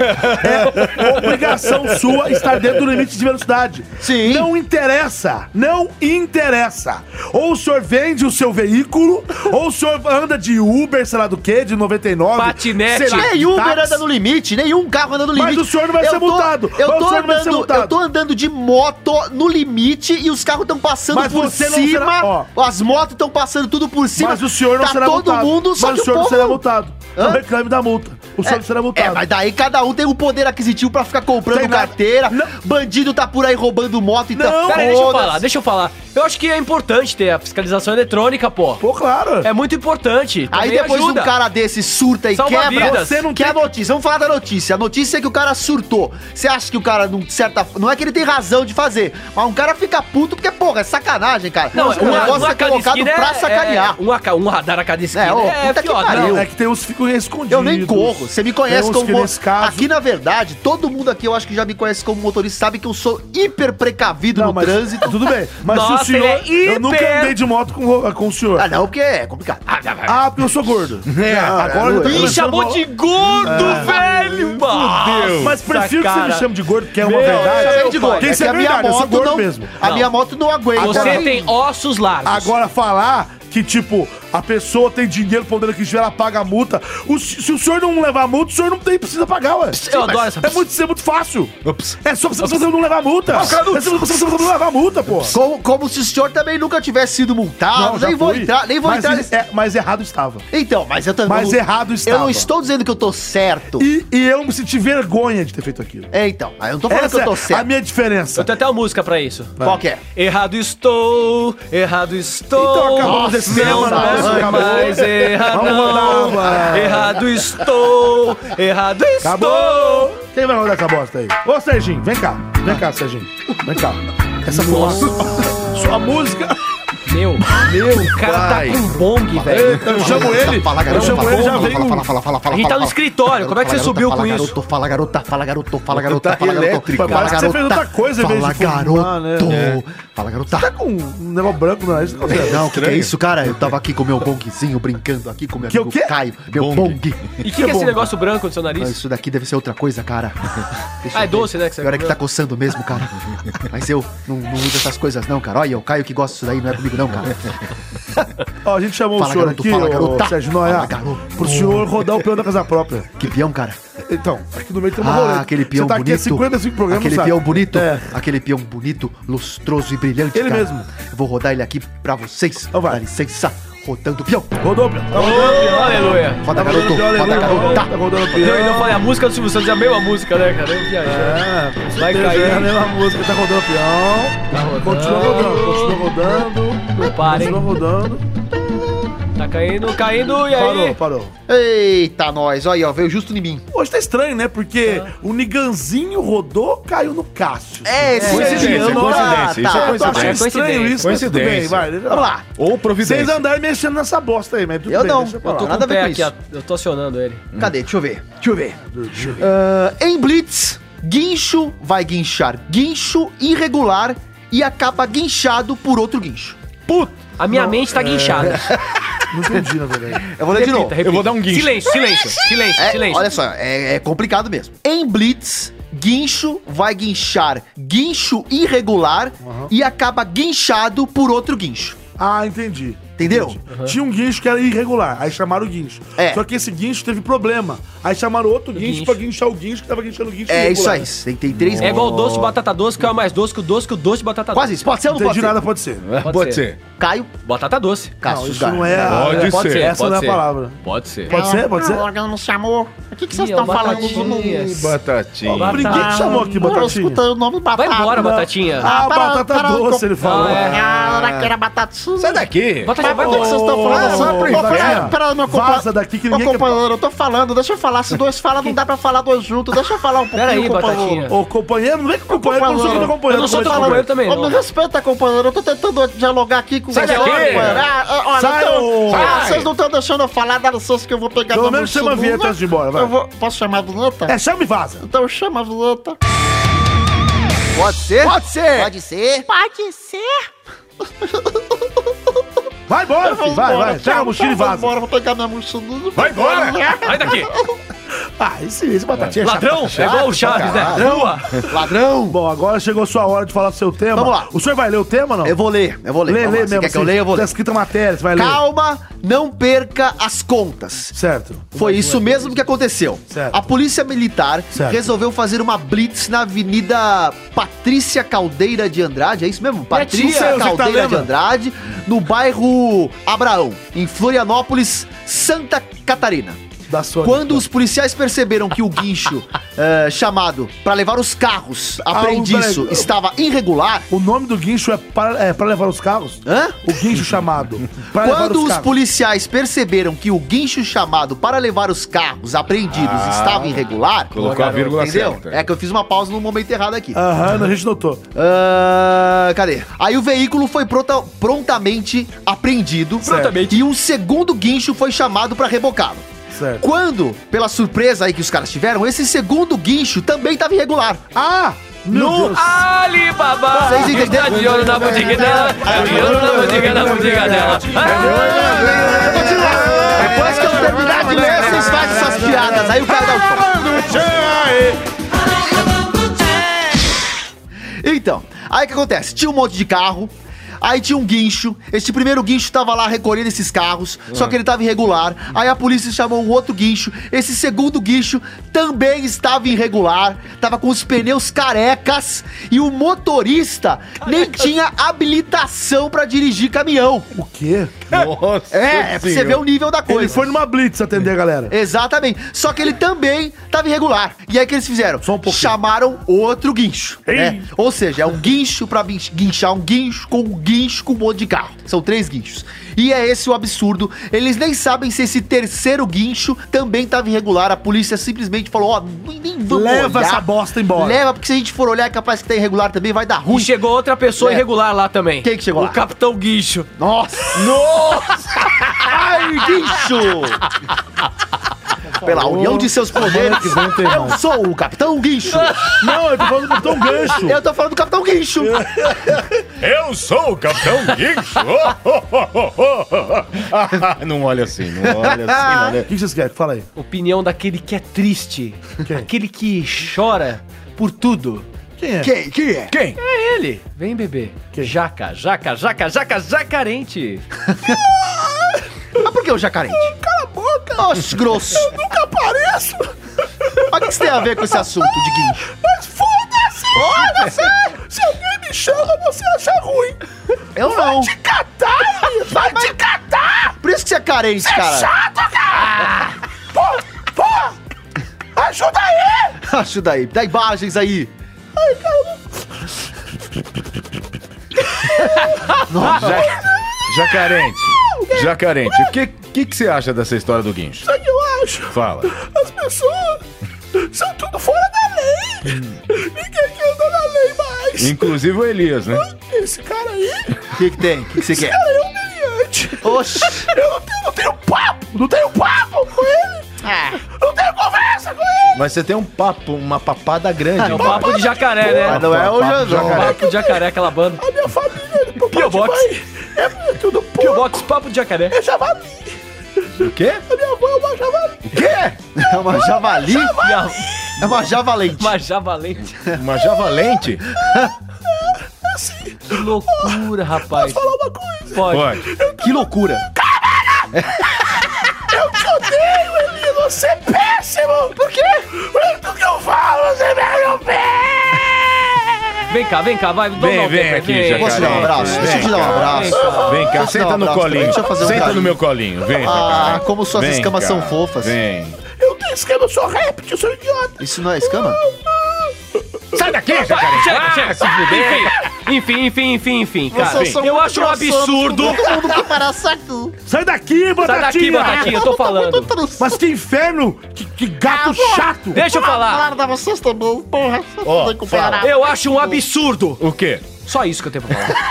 É obrigação sua estar dentro do limite de velocidade. Sim. Não interessa. Não interessa. Ou o senhor vende o seu veículo, ou o senhor anda de Uber, sei lá do quê, de 99. Patinete. sei lá, Nem Uber táxi. anda no limite, nenhum carro anda no limite. Mas o senhor não vai Eu ser tô- multado. Eu Mas o tô, senhor não vai ser andando, multado. eu tô andando de moto no limite e os carros estão passando Mas por você não cima. será- As motos estão passando tudo por cima. Mas o senhor não tá será todo multado. mundo, só Mas que o senhor o não povo... será multado. Não Hã? reclame da multa. O senhor não será multado. mas daí cada um tem um poder aquisitivo pra ficar comprando Tem nada. carteira. Não. Bandido tá por aí roubando moto e Não. Pera aí, deixa eu foda-se. falar, deixa eu falar. Eu acho que é importante ter a fiscalização eletrônica, pô. Pô, claro. É muito importante. Aí Também depois ajuda. um cara desse surta e Salva quebra. vidas. Você não Que é a notícia? Vamos falar da notícia. A notícia é que o cara surtou. Você acha que o cara, não é que ele tem razão de fazer, mas um cara fica puto porque, porra, é sacanagem, cara. Não, o negócio é cada colocado esquina pra sacanear. um radar a cada esquina. É, ô, puta que fiota. pariu. Não, é que tem uns que ficam escondidos. Eu nem corro. Você me conhece Tem uns como... que nesse caso- Aqui, na verdade, todo mundo aqui, eu acho que já me conhece como motorista, sabe que eu sou hiper precavido Não, no mas trânsito. tudo bem. Mas Nossa, se o senhor... ele é Eu nunca hiper- andei de moto com o senhor. Ah, não, porque é complicado. Ah, porque eu sou gordo. Agora eu tô Ih, começando chamou a- de gordo, velho! Nossa, Mas prefiro que você me cara. chame de gordo, porque é uma Meu, verdade. Chamei de gordo. Quem É isso que é a minha verdade, eu sou moto gordo não... mesmo. A minha moto não aguenta. Você Agora- tem ossos largos. Agora falar que, tipo, a pessoa tem dinheiro pra onde ela quiser, ela paga a multa. Se o senhor não levar a multa, o senhor não tem, precisa pagar, ué. Eu adoro essa... É muito fácil. Ups. É só você não levar a multa. É só você não levar a multa, pô. Como se o senhor também nunca tivesse sido multado. já Nem vou fui. entrar, nem vou Mas entrar. mas errado estava. Então, mas eu também. Mas errado Eu estava. não estou dizendo que eu tô certo. E eu me senti vergonha de ter feito aquilo. É, então. Aí eu não tô falando que eu tô Essa é a certo. minha diferença. Eu tenho até uma música pra isso. Qual que é? Errado estou. Então acabamos esse tema, não né? vai Acabou. mais errar, Vamos não. rodar, mano. Errado estou. Errado estou. Acabou! Quem vai rodar essa bosta aí? Ô, Serginho, vem cá. Vem cá, Serginho. Vem cá. Essa foi sua música. Meu, o cara pai. tá com bong, velho. Eu chamo ele. Eu chamo ele, já vem um... Fala. A gente tá no escritório, como é que você subiu com isso? Fala, garota, fala, garoto, fala, garota, Tá fala, garoto. elétrico. Parece que você fez outra coisa em vez de Fala, fumar, garoto. né? Fala, garota. Tá com um negócio branco no nariz. Não consegue. Não, o que é estranho. isso, cara? Eu tava aqui com o meu bongzinho, brincando aqui com o meu Que o amigo quê? Caio. Meu Bong. bong. E o que é esse bom. negócio branco no seu Ah, nariz? Isso daqui deve ser outra coisa, cara. Deixa Ah, é eu ver. doce, né, que você Pior é que comeu. tá coçando mesmo, cara. Mas eu não uso essas coisas não, cara. Olha, o Caio que gosta disso daí, não é comigo não, cara. Ó, a gente chamou Fala, o senhor garoto, aqui, fala, ô, garota. Sérgio Noia, Fala, garoto. pro senhor rodar o peão da casa própria. Que peão, cara. Então, aqui no meio tem uma roleta. Aquele peão Você tá bonito. aqui há 55 programas, Aquele sabe? peão bonito. É. Aquele peão bonito, lustroso e brilhante, Ele cara. mesmo. Eu vou rodar ele aqui pra vocês. Então vai. Dá licença. Rodando o peão. Rodou o peão. Tá rodando o peão. Aleluia. Roda, Tá garoto. rodando o peão, Roda, aleluia. garota. Tá rodando o Eu ainda peão. falei a música do Silvio Santos, é a mesma música, né, cara? Eu viajei. É, com Vai certeza, cair. é a mesma música, tá rodando o peão. Tá rodando. Continua rodando. Não parem. Continua rodando. Tá caindo, e aí? Parou. Eita, nós. Olha aí, ó. Veio justo em mim. Hoje tá estranho, né? Porque o Niganzinho rodou, caiu no Cássio. É, esse Coincidência, peão, coincidência, isso é tá. Eu tô achando coincidência. estranho isso, mas tudo bem, Coincidência. vai. Vamos lá. Ou Vocês providência. andaram mexendo nessa bosta aí, mas tudo Eu bem, não. deixa pra Eu lá. tô Tô nada com a o ver pé com aqui, isso. ó, eu tô acionando ele. Cadê? Deixa eu ver. Em Blitz, guincho vai guinchar guincho irregular e acaba guinchado por outro guincho. Puta! A minha mente tá guinchada. Não entendi, na verdade. Eu vou ler de novo. Repita. Eu vou dar um guincho. Silêncio. Olha só, é complicado mesmo. Em Blitz, guincho vai guinchar guincho irregular e acaba guinchado por outro guincho. Ah, entendi. Entendeu? Entendi. Tinha um guincho que era irregular, aí chamaram o guincho. É. Só que esse guincho teve problema. Aí chamaram outro guincho Guincho. pra guinchar o guincho que tava guinchando o guincho É isso irregular. aí. Tem três. É igual o doce de batata doce, que é mais doce que o doce de batata doce. Quase isso. Pode ser ou Não não pode entendi ser? nada, pode ser. Pode ser. Caio, Batata doce. Não, Cassius isso não é Pode ser. Essa não é a palavra. Pode ser. Pode ser? Pode ser? O órgão não chamou. O que vocês Ih, estão ó, falando? batatinha. Batatinha. Ninguém te chamou aqui, Eu Batatinha. escutei o nome batata. Vai embora, Não. Batatinha. Ah, batata doce, ele falou. é. Ah, que era batatinha. Sai daqui. Batatinha Mas por que vocês estão falando? Peraí, meu companheiro. Vaza daqui que Ô, ninguém quer... companheiro, eu tô falando, deixa eu falar. Se dois falam, não dá pra falar dois juntos. Deixa eu falar um pouquinho, Pera aí, companheiro. Batatinha. Ô, companheiro, não vem com companheiro, eu não sou teu companheiro. Eu não sou teu companheiro também, Ô, não. me respeita, companheiro. Eu tô tentando dialogar aqui com Sai você, daqui. companheiro. Olha, Sai, então, ô. vocês não estão deixando eu falar, dá licença que eu vou pegar Pelo minha menos chama a mochilinha. vinheta antes de ir embora, vai. Posso chamar a vinheta? É, chama e vaza. Então chama a vinheta. Pode ser? Pode ser. Pode ser. Pode ser. Vai embora, filho. Vai. Pega a mochila e vaza. Vou pegar minha mochilinha. Vai embora! Sai daqui. Ah, esse batatinha é chato. Ladrão, é igual o Chaves, né? Rua. Ladrão. Bom, agora chegou a sua hora de falar do seu tema. Vamos lá. O senhor vai ler o tema ou não? Eu vou ler. Lê Vamos lá. Você mesmo. quer que eu leia? Eu vou Tá ler. escrita a matéria, você vai ler. Calma, não perca as contas. Certo. Foi isso mesmo que aconteceu. Certo. A polícia militar Certo. resolveu fazer uma blitz na Avenida Patrícia Caldeira de Andrade, é isso mesmo? Não Patrícia sei, você tá Caldeira de lendo? Andrade, no bairro Abraão, em Florianópolis, Santa Catarina. Da Sônia. Quando os policiais perceberam que o guincho chamado para levar os carros apreendido peraí. estava irregular, O nome do guincho é para levar os carros? hã? O guincho chamado. Pra levar Quando os carros. policiais perceberam que o guincho chamado para levar os carros apreendidos estava irregular, Colocou a vírgula entendeu? certa. É que eu fiz uma pausa no momento errado aqui. Aham, a gente notou. Cadê? Aí o veículo foi prontamente apreendido. Prontamente. E um segundo guincho foi chamado para rebocá-lo. Certo. Quando, pela surpresa aí que os caras tiveram, esse segundo guincho também estava irregular. Ah! Meu Deus. Alibaba. Vocês entenderam? Está de olho na botiga dela. De olho na botiga dela. Depois que eu terminar de ler, vocês fazem essas piadas. Aí o cara dá um... Então, aí o que acontece? Tinha um monte de carro, aí tinha um guincho, esse primeiro guincho tava lá recolhendo esses carros, só que ele tava irregular, aí a polícia chamou um outro guincho, esse segundo guincho também estava irregular, tava com os pneus carecas e o motorista nem tinha habilitação pra dirigir caminhão. O quê? Nossa É pra você ver o nível da coisa. Ele foi numa blitz atender a galera. Exatamente. Só que ele também tava irregular. E aí o que eles fizeram? Só um pouquinho. Chamaram outro guincho. Ei. Né? Ou seja, é um guincho pra guinchar um guincho com um monte de carro. São 3 guinchos. E é esse o absurdo. Eles nem sabem se esse terceiro guincho também tava irregular. A polícia simplesmente falou, ó, nem vamos Leva olhar. essa bosta embora. Leva, porque se a gente for olhar, é capaz que tá irregular também, vai dar E ruim. chegou outra pessoa É. irregular lá também. Quem que chegou lá? O Capitão Guincho. Nossa! Ai, guincho! Pela união de seus poderes, que vem tem, eu sou o Capitão Guincho. Não, eu tô falando do Capitão Gancho. Eu tô falando do Capitão Guincho. Eu sou o Capitão Guincho! Não olha assim, não olha assim, não. O que vocês querem? Fala aí. Opinião daquele que é triste. Quem? Aquele que chora por tudo. Quem é? Quem é? Quem? É ele. Vem, bebê. Jacarente. Mas por que o jacarente? Cala a boca. Nossa, grosso. Eu nunca apareço. Mas o que isso tem a ver com esse assunto de guincho? Mas foda-se! Foda-se! Se alguém me chama, você acha ruim. Eu não. Te catar! Vai te catar! Por isso que você é carente, cara. Chato, cara! Pô! Ajuda aí! Ajuda aí. Dá imagens aí. Jacarente, o que você acha dessa história do guincho? Sabe o que eu acho? Fala. As pessoas são tudo fora da lei. Ninguém que anda na lei mais. Inclusive o Elias, né? Esse cara aí, O que tem? O que você quer? cara é humilhante. Oxi. Eu não tenho papo. Não tenho papo com ele. Não tenho conversa com ele. Mas você tem um papo, uma papada grande. É o papo de jacaré, né? Mas não é o jacaré. Papo de jacaré, aquela banda. A minha família, por Pio parte de Box. mãe, é tudo Pio porco. Box, papo de jacaré. É javali. O quê? A minha avó é uma javali. O quê? É uma javali? E a... É uma javalente. Uma javalente. Uma javalente? Que loucura, rapaz. Falar uma coisa. Pode. Que loucura. Eu te odeio, Eli. Você é péssimo. Por quê? Tudo que eu falo, você pega no pé. Vem cá, vai. Vem aqui, jacaré. Posso te dar um abraço? Vem Deixa eu te dar um abraço. Vem cá, Posso te dar um senta no abraço colinho. também? Deixa eu fazer um Senta carinho. no meu colinho, vem, Ah, jacaré. como suas Vem escamas cá, são fofas. Vem. Eu tenho esquema, eu sou réptil, eu sou idiota. Isso não é escama? Sai daqui, jacaré. Chega. Se fuder. Enfim, cara. Vocês são Eu muito acho um grossos, absurdo. Todo mundo que parece aqui. Sai daqui, Batatinha! Eu tô falando. Mas que inferno! Que gato chato! Deixa eu falar. Claro, da vocês também. Porra, Ó, vocês recuperaram. Eu acho um absurdo. O quê? Só isso que eu tenho pra falar.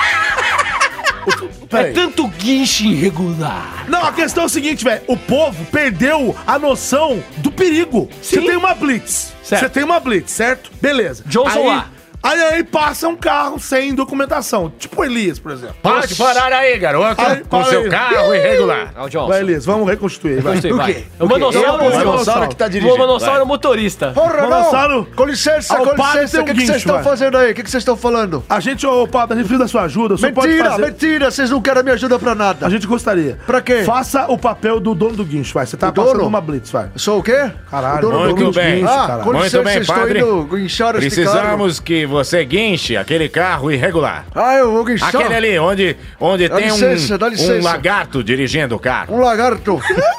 Peraí. Tanto guinche irregular. Não, a questão é o seguinte, velho. O povo perdeu a noção do perigo. Você Sim. tem uma blitz. Certo. Você tem uma blitz, certo? Beleza. Johnson aí, lá. Aí passa um carro sem documentação. Tipo o Elias, por exemplo. Pode parar aí, garoto. Ai, com para seu aí. carro irregular. Ah, o Johnson. Vai, Elias, vamos reconstituir. Vai. Gostei, vai. quê? O manossauro. Eu, O manossauro que tá manossauro é o motorista. Porra, Manossauro. não! Com licença, Ao com padre licença, tem o que um vocês guincho, estão vai. fazendo aí? O que vocês estão falando? A gente, ô, padre, a gente precisa da sua ajuda. O senhor pode Mentira, fazer... mentira, vocês não querem minha ajuda pra nada. A gente gostaria. Pra quê? Faça o papel do dono do guincho, vai. Você tá O dono? passando uma blitz, vai. Sou o quê? Caralho, O dono muito do bem. guincho, Ah, caralho. com Muito licença, bem, estou padre. indo guinchar este carro. Precisamos que você guinche aquele carro irregular. Ah, eu vou guinchar. Aquele ali, onde Dá tem licença, dá licença. um lagarto dirigindo o carro. Um lagarto.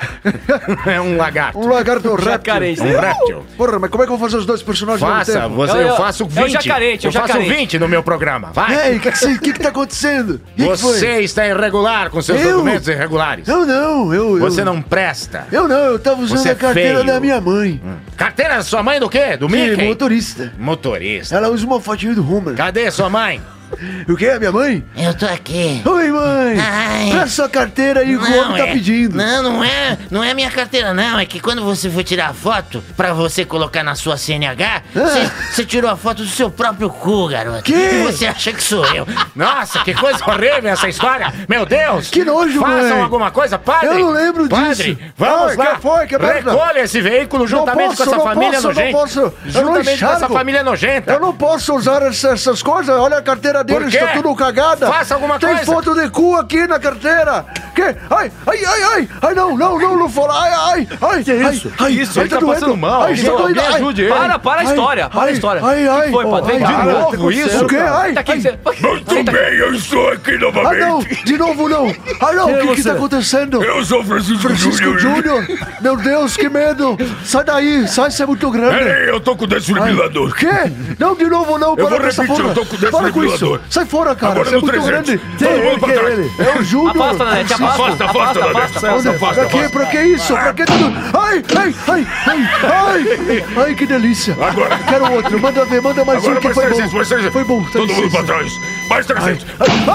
É um lagarto. Um lagarto réptil. Jacarente. Um réptil. Porra, mas como é que eu vou fazer os dois personagens ao mesmo Faça, tempo? eu faço 20. é o jacarente, é o eu faço jacarente. 20 no meu programa. Vai. Ei, o que tá acontecendo? Que Você está irregular com seus Eu? documentos irregulares. Eu Você não presta. Eu tava usando Você é a carteira feio. da minha mãe. Carteira da sua mãe do quê? Do Que Mickey? motorista. Motorista. Ela usa uma fotinha do Homer. Cadê sua mãe? O que? Minha mãe? Eu tô aqui. Oi, mãe. Ai. Presta sua carteira aí, o homem tá pedindo. Não é minha carteira, não. É que quando você foi tirar a foto pra você colocar na sua CNH, você tirou a foto do seu próprio cu, garoto. Que? E você acha que sou eu. Nossa, que coisa horrível essa história. Meu Deus. Que nojo, Façam mãe. alguma coisa, padre. Eu não lembro Padre, disso. vamos Ai, lá. que foi? Que merda? Recolha esse veículo juntamente com essa família nojenta. Não posso. Eu não Juntamente com essa enxergo. família nojenta. Eu não posso usar essas coisas. Olha a carteira dele, Por quê? está tudo cagada. Faça alguma Tem coisa. foto de cu aqui na carteira. Que? Ai, não fala. Ai. Que isso? Ai, isso? ai, Ele tá doendo. passando mal. Ai, está Alguém doendo. Ai, ajude ele. Para a história, para a história. O que foi, padre? Vem cá. para. novo isso? O quê? Ai, Tá aqui, ai. você... Muito bem, eu estou aqui Ah, novamente. não, de novo não. Ah, não, Quem é o que você? tá acontecendo? Eu sou Francisco Júnior. Meu Deus, que medo. Sai daí, você é muito grande. Peraí, eu tô com o desfibrilador. O quê? Não, de novo não, Eu para vou com essa repetir, porra. eu tô com Para com isso. desfibrilador. Sai fora, cara, Agora você é no muito 300. grande. Quem é ele? pra Quem é trás. ele? É o Júnior. Afasta, Nanete, afasta. Pra quê? Pra que isso? Pra que tudo? Ai, que delícia. Agora. Quero outro, manda ver, manda mais Agora um que mais foi 300, mais bom. 300. Foi bom, Todo mundo pra trás. Mais 300.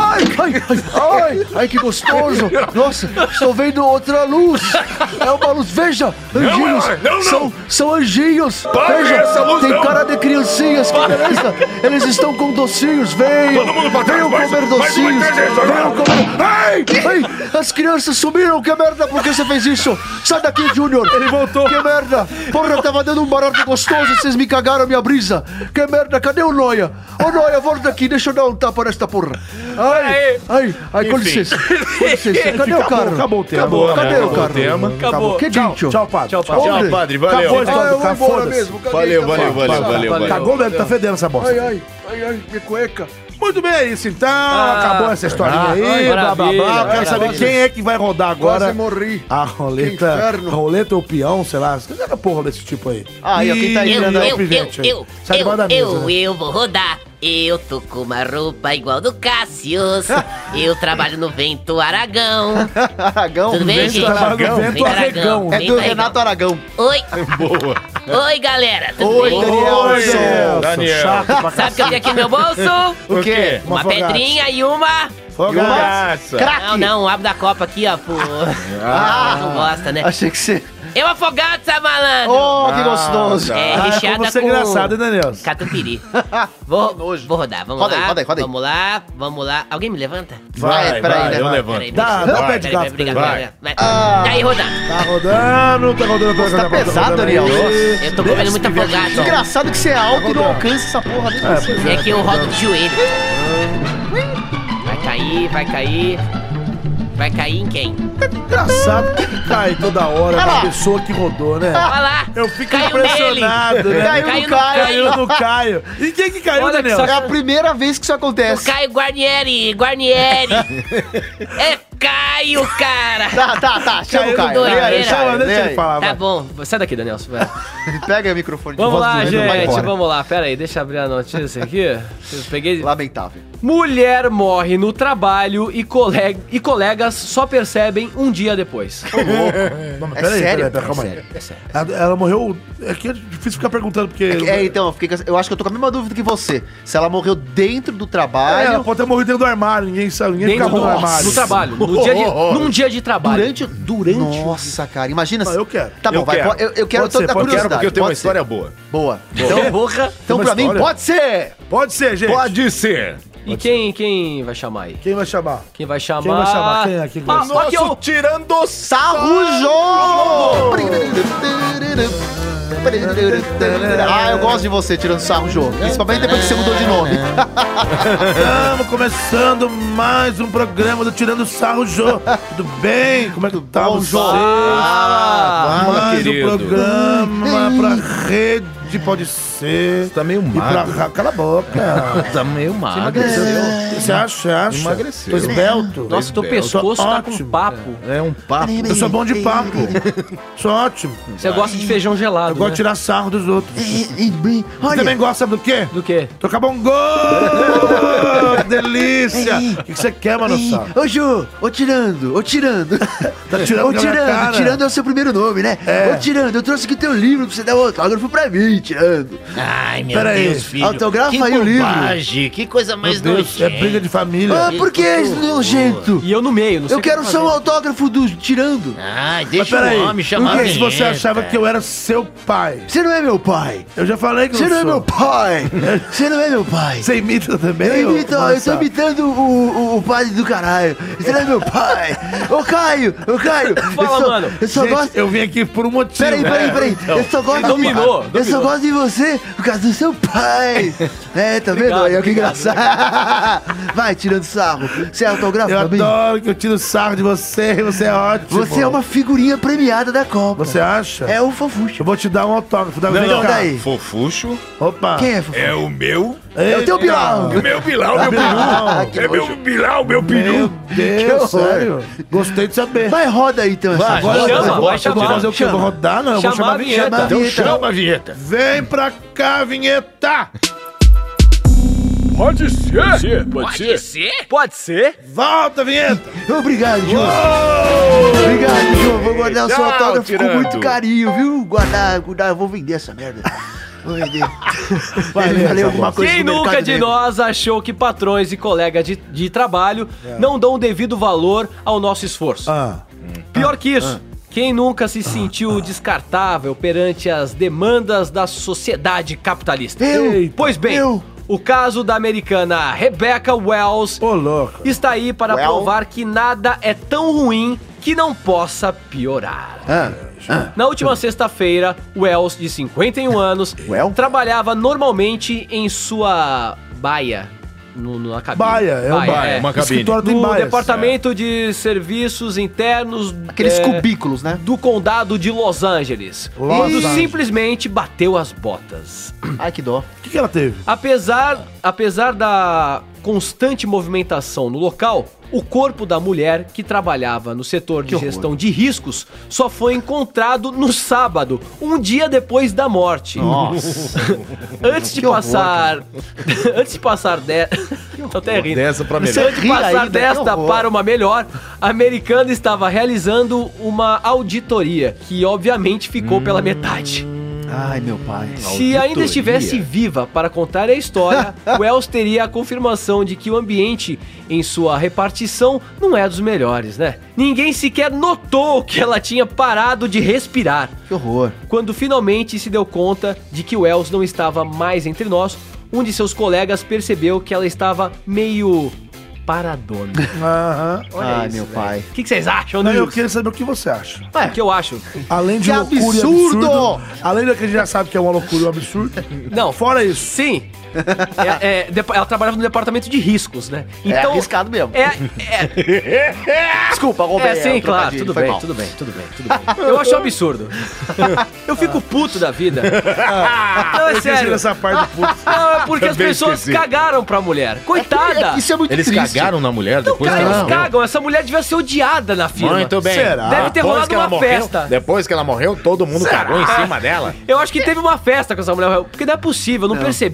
Ai, que gostoso. Nossa, estou vendo outra luz. É uma luz, veja, anjinhos. não. São anjinhos. Para Veja, essa luz, tem não. cara de criancinhas, que beleza. Eles estão com docinhos, venham. Todo mundo pra trás, Venham mais- comer mais uma docinhos. 300 agora. Venham comer. Ai, as crianças sumiram, que merda, por que você fez isso? Sai daqui, Júnior. Ele voltou. Que merda. Porra, eu tava dando um barato gostoso, vocês me cagaram a minha brisa. Que merda, cadê o Noia? Ô, Noia, volta aqui, deixa eu dar um tapa nesta porra. Ai, com Enfim. licença. Com licença, cadê o carro? Acabou o tema. Cadê o carro? Acabou. Que dito? Tchau, padre. Tchau, padre. Homem. padre, Acabou a valeu. história Eu do vou carro, embora foda-se. mesmo. Caguei, Valeu. Cagou mesmo, tá fedendo essa bosta. Ai, minha cueca. Muito bem, é isso então. Acabou essa historinha aí, blá, blá, blá. Eu quero maravilha. saber quem é que vai rodar agora. Quase morri. A Que roleta. inferno. Roleta ou peão, sei lá. Você era porra desse tipo aí. Aí, ó, quem tá aí, Ih, Leandrão? é o pivete aí. Sai debaixo da mesa. né? Eu vou rodar. Eu tô com uma roupa igual do Cassius. Eu trabalho no Vento Aragão. Aragão. Tudo bem, gente? Trabalha no Vento Aragão. É Vento do Renato Aragão. Oi. Boa. Oi, galera. Tudo Oi, bem? Daniel. Oi, Nelson. Daniel. Chato pra Sabe o que eu tenho aqui no meu bolso? O quê? Uma Fogaça. pedrinha e uma... Graça. Não, o abo da Copa aqui, ó. Pô. Não gosta, né? Achei que você... Eu afogado, seu malandro. Oh, que gostoso. É, Ah, recheada como você é com... engraçado, hein, Daniel? Catupiry. Vou rodar, vamos Roda aí, lá. roda aí. Vamos lá. Alguém me levanta? Vai, peraí, né? eu vai. levanto. Peraí, Dá deixa- o pé de peraí, gato. obrigado, vai. obrigado. Vai. Daí, rodando. Tá rodando. Você tá pesado, Daniel. Eu tô comendo muito afogado. Engraçado que você é alto e não alcança essa porra. É que eu rodo de joelho. Vai cair. Vai cair em quem? Engraçado que cai toda hora Olha uma lá. pessoa que rodou, né? Olha lá. Eu fico Caiu impressionado, nele. né? Caiu no Caiu no Caio. Caiu no Caio. E quem que caiu, Olha que Daniel? saco- É a primeira vez que isso O acontece. Caio Guarnieri. É Caio, cara. Tá. Chama Caiu o no Caio. doideira. Vai, Chama, vai, deixa vai. ele falar. Tá vai. bom. Sai daqui, Daniel. Vai. Pega o microfone de Vamos voz lá, doendo, vai gente. embora. Vamos lá. Pera aí, deixa eu abrir a notícia aqui. Eu peguei... Lamentável. Mulher morre no trabalho e colegas só percebem um dia depois. Não, mas É peraí, sério? calma aí. É sério. Ela morreu... É que é difícil ficar perguntando, porque... Então, eu acho que eu tô com a mesma dúvida que você. Se ela morreu dentro do trabalho... ela pode ter morrido dentro do armário, ninguém sabe, ninguém Dentro fica do no armário. no trabalho, num dia de trabalho. Durante... Nossa, cara, imagina... Não, eu quero. Tá bom, Eu vai. quero. Eu quero, Pode tô ser, da pode ser, Quero curiosidade. porque eu tenho uma pode ser. história boa. Boa. Porra. Então Uma pra mim, história? pode ser! Pode ser, gente. Pode ser. E quem vai chamar aí? Quem vai chamar? Quem vai chamar? Quem vai chamar? Quem é? Quem vai chamar? aqui, ó. Tirando Sarro Jô! Ah, eu gosto de você tirando sarro, Jô. Principalmente depois que você mudou de nome. Estamos começando mais um programa do Tirando Sarro, Jô. Tudo bem? Como é que tá você? Mais querido. um programa pra rede, pode ser. Você tá meio E magro. pra... Cala a boca. Tá meio magro. Você acha? Emagreceu. Tô esbelto. Nossa, teu Esbelto. pescoço tá com Ótimo. papo. É um papo. Eu sou bom de papo. Sou ótimo. Você gosta de feijão gelado, Eu gosto né? de tirar sarro dos outros. Você Olha, também gosta, sabe do quê? Do quê? Tocar bongô! Que delícia! O que você quer, Manossauro? ô Jô, ô Tirando. Tá tirando Ô com a minha cara? Tirando é o seu primeiro nome, né? É. Ô Tirando, eu trouxe aqui teu livro pra você dar um autógrafo pra mim, Tirando. Ai, meu Pera aí. Deus, filho. Autografa que aí o livro. bobagem, que coisa mais Meu Deus, é nojenta. briga de família. Ah, por que esse nojento? E eu no meio, não sei Eu o que quero fazer. só um autógrafo do Tirando. Ai, Mas deixa peraí, o homem chamar por a que se você vinheta? achava que eu era seu pai? Você não é meu pai. Eu já falei que Você eu não é sou. meu pai. Você não é meu pai. Você imita também? Eu ô tô Manossauro? imitando o padre do caralho. Você não é meu pai. Ô Caio. Fala, mano. Eu só Gente, gosto... eu vim aqui por um motivo. Peraí. Eu só gosto dominou, Eu só gosto de você por causa do seu pai. É, tá vendo? Obrigado, Olha que obrigado. engraçado. Vai, tirando sarro. Você é autógrafo Eu pra mim? adoro que eu tiro sarro de você. Você é ótimo. Você é uma figurinha premiada da Copa. Você acha? É o Fofuxo. Eu vou te dar um autógrafo. Vem Não, cá. daí. Fofuxo. Opa. Quem é Fofuxo? É o meu. É o teu Bilal. Meu Bilal, meu Bilal. Que É meu nojo. Bilal, meu Meu peru. Deus, Que horror. sério. Gostei de saber. Vai, roda aí então. Vai, essa Agora voz. chama, eu vou, vai eu vou chamar. fazer o quê? Eu vou rodar? Não, eu vou Chamar chamar a vinheta. Chamar a Então vinheta. chama a vinheta. Vem pra cá, vinheta! Pode ser. Pode ser? Pode ser? Volta, vinheta! Obrigado, João. Obrigado, João. Vou guardar o seu Tchau, autógrafo com Tirando. muito carinho, viu? Guardar. Eu vou vender essa merda. Vou vender. Valeu alguma coisa Quem no nunca Mercado de Negro. nós achou que patrões e colegas de trabalho não dão o devido valor ao nosso esforço? Ah, Pior que isso, quem nunca se sentiu descartável perante as demandas da sociedade capitalista? Eu. Pois bem, Eu. o caso da americana Rebecca Wells ô louco. está aí para provar que nada é tão ruim que não possa piorar. Na última sexta-feira, Wells, de 51 anos, trabalhava normalmente em sua baia. Na cabine. Baia, é o baia. Uma cabine. Escritório tem No baias. departamento de serviços internos Aqueles cubículos, né? do condado de Los Angeles. Los Quando Angeles. simplesmente bateu as botas. Ai, que dó. O que ela teve? Apesar da constante movimentação no local, o corpo da mulher que trabalhava no setor de gestão de riscos só foi encontrado no sábado, um dia depois da morte. Antes de passar tô até rindo. Dessa pra melhor. Antes de ri passar ainda, que desta horror. para uma melhor, a americana estava realizando uma auditoria, que obviamente ficou pela metade. Ai, meu pai. Se ainda estivesse viva para contar a história, Wells teria a confirmação de que o ambiente em sua repartição não é dos melhores, né? Ninguém sequer notou que ela tinha parado de respirar. Que horror. Quando finalmente se deu conta de que Wells não estava mais entre nós, um de seus colegas percebeu que ela estava meio paradona. Aham. Ai, isso, meu velho. pai. O que vocês acham, Não, eu Nils? queria saber o que você acha. É, o que eu acho? Além de Que loucura e absurdo! absurdo. Além do que a gente já sabe que é uma loucura e um absurdo. Não, Fora isso. sim. Ela trabalhava no departamento de riscos, né? É arriscado mesmo. Desculpa, Roberto. sim, claro, tudo bem. Eu acho um absurdo. Eu fico puto da vida. Não, é Eu esqueci sério. dessa parte do puto. Não, é porque as Também pessoas esqueci. cagaram pra mulher. Coitada. Isso é muito Eles triste. cagaram na mulher Não, depois cara, que ela eles morreu? cagam. Essa mulher devia ser odiada na firma. Muito bem. Será? Deve ter Depois rolado que ela uma morreu, festa. Depois que ela morreu, todo mundo cagou em cima dela. Eu acho que teve uma festa com essa mulher. Porque não é possível não perceber que a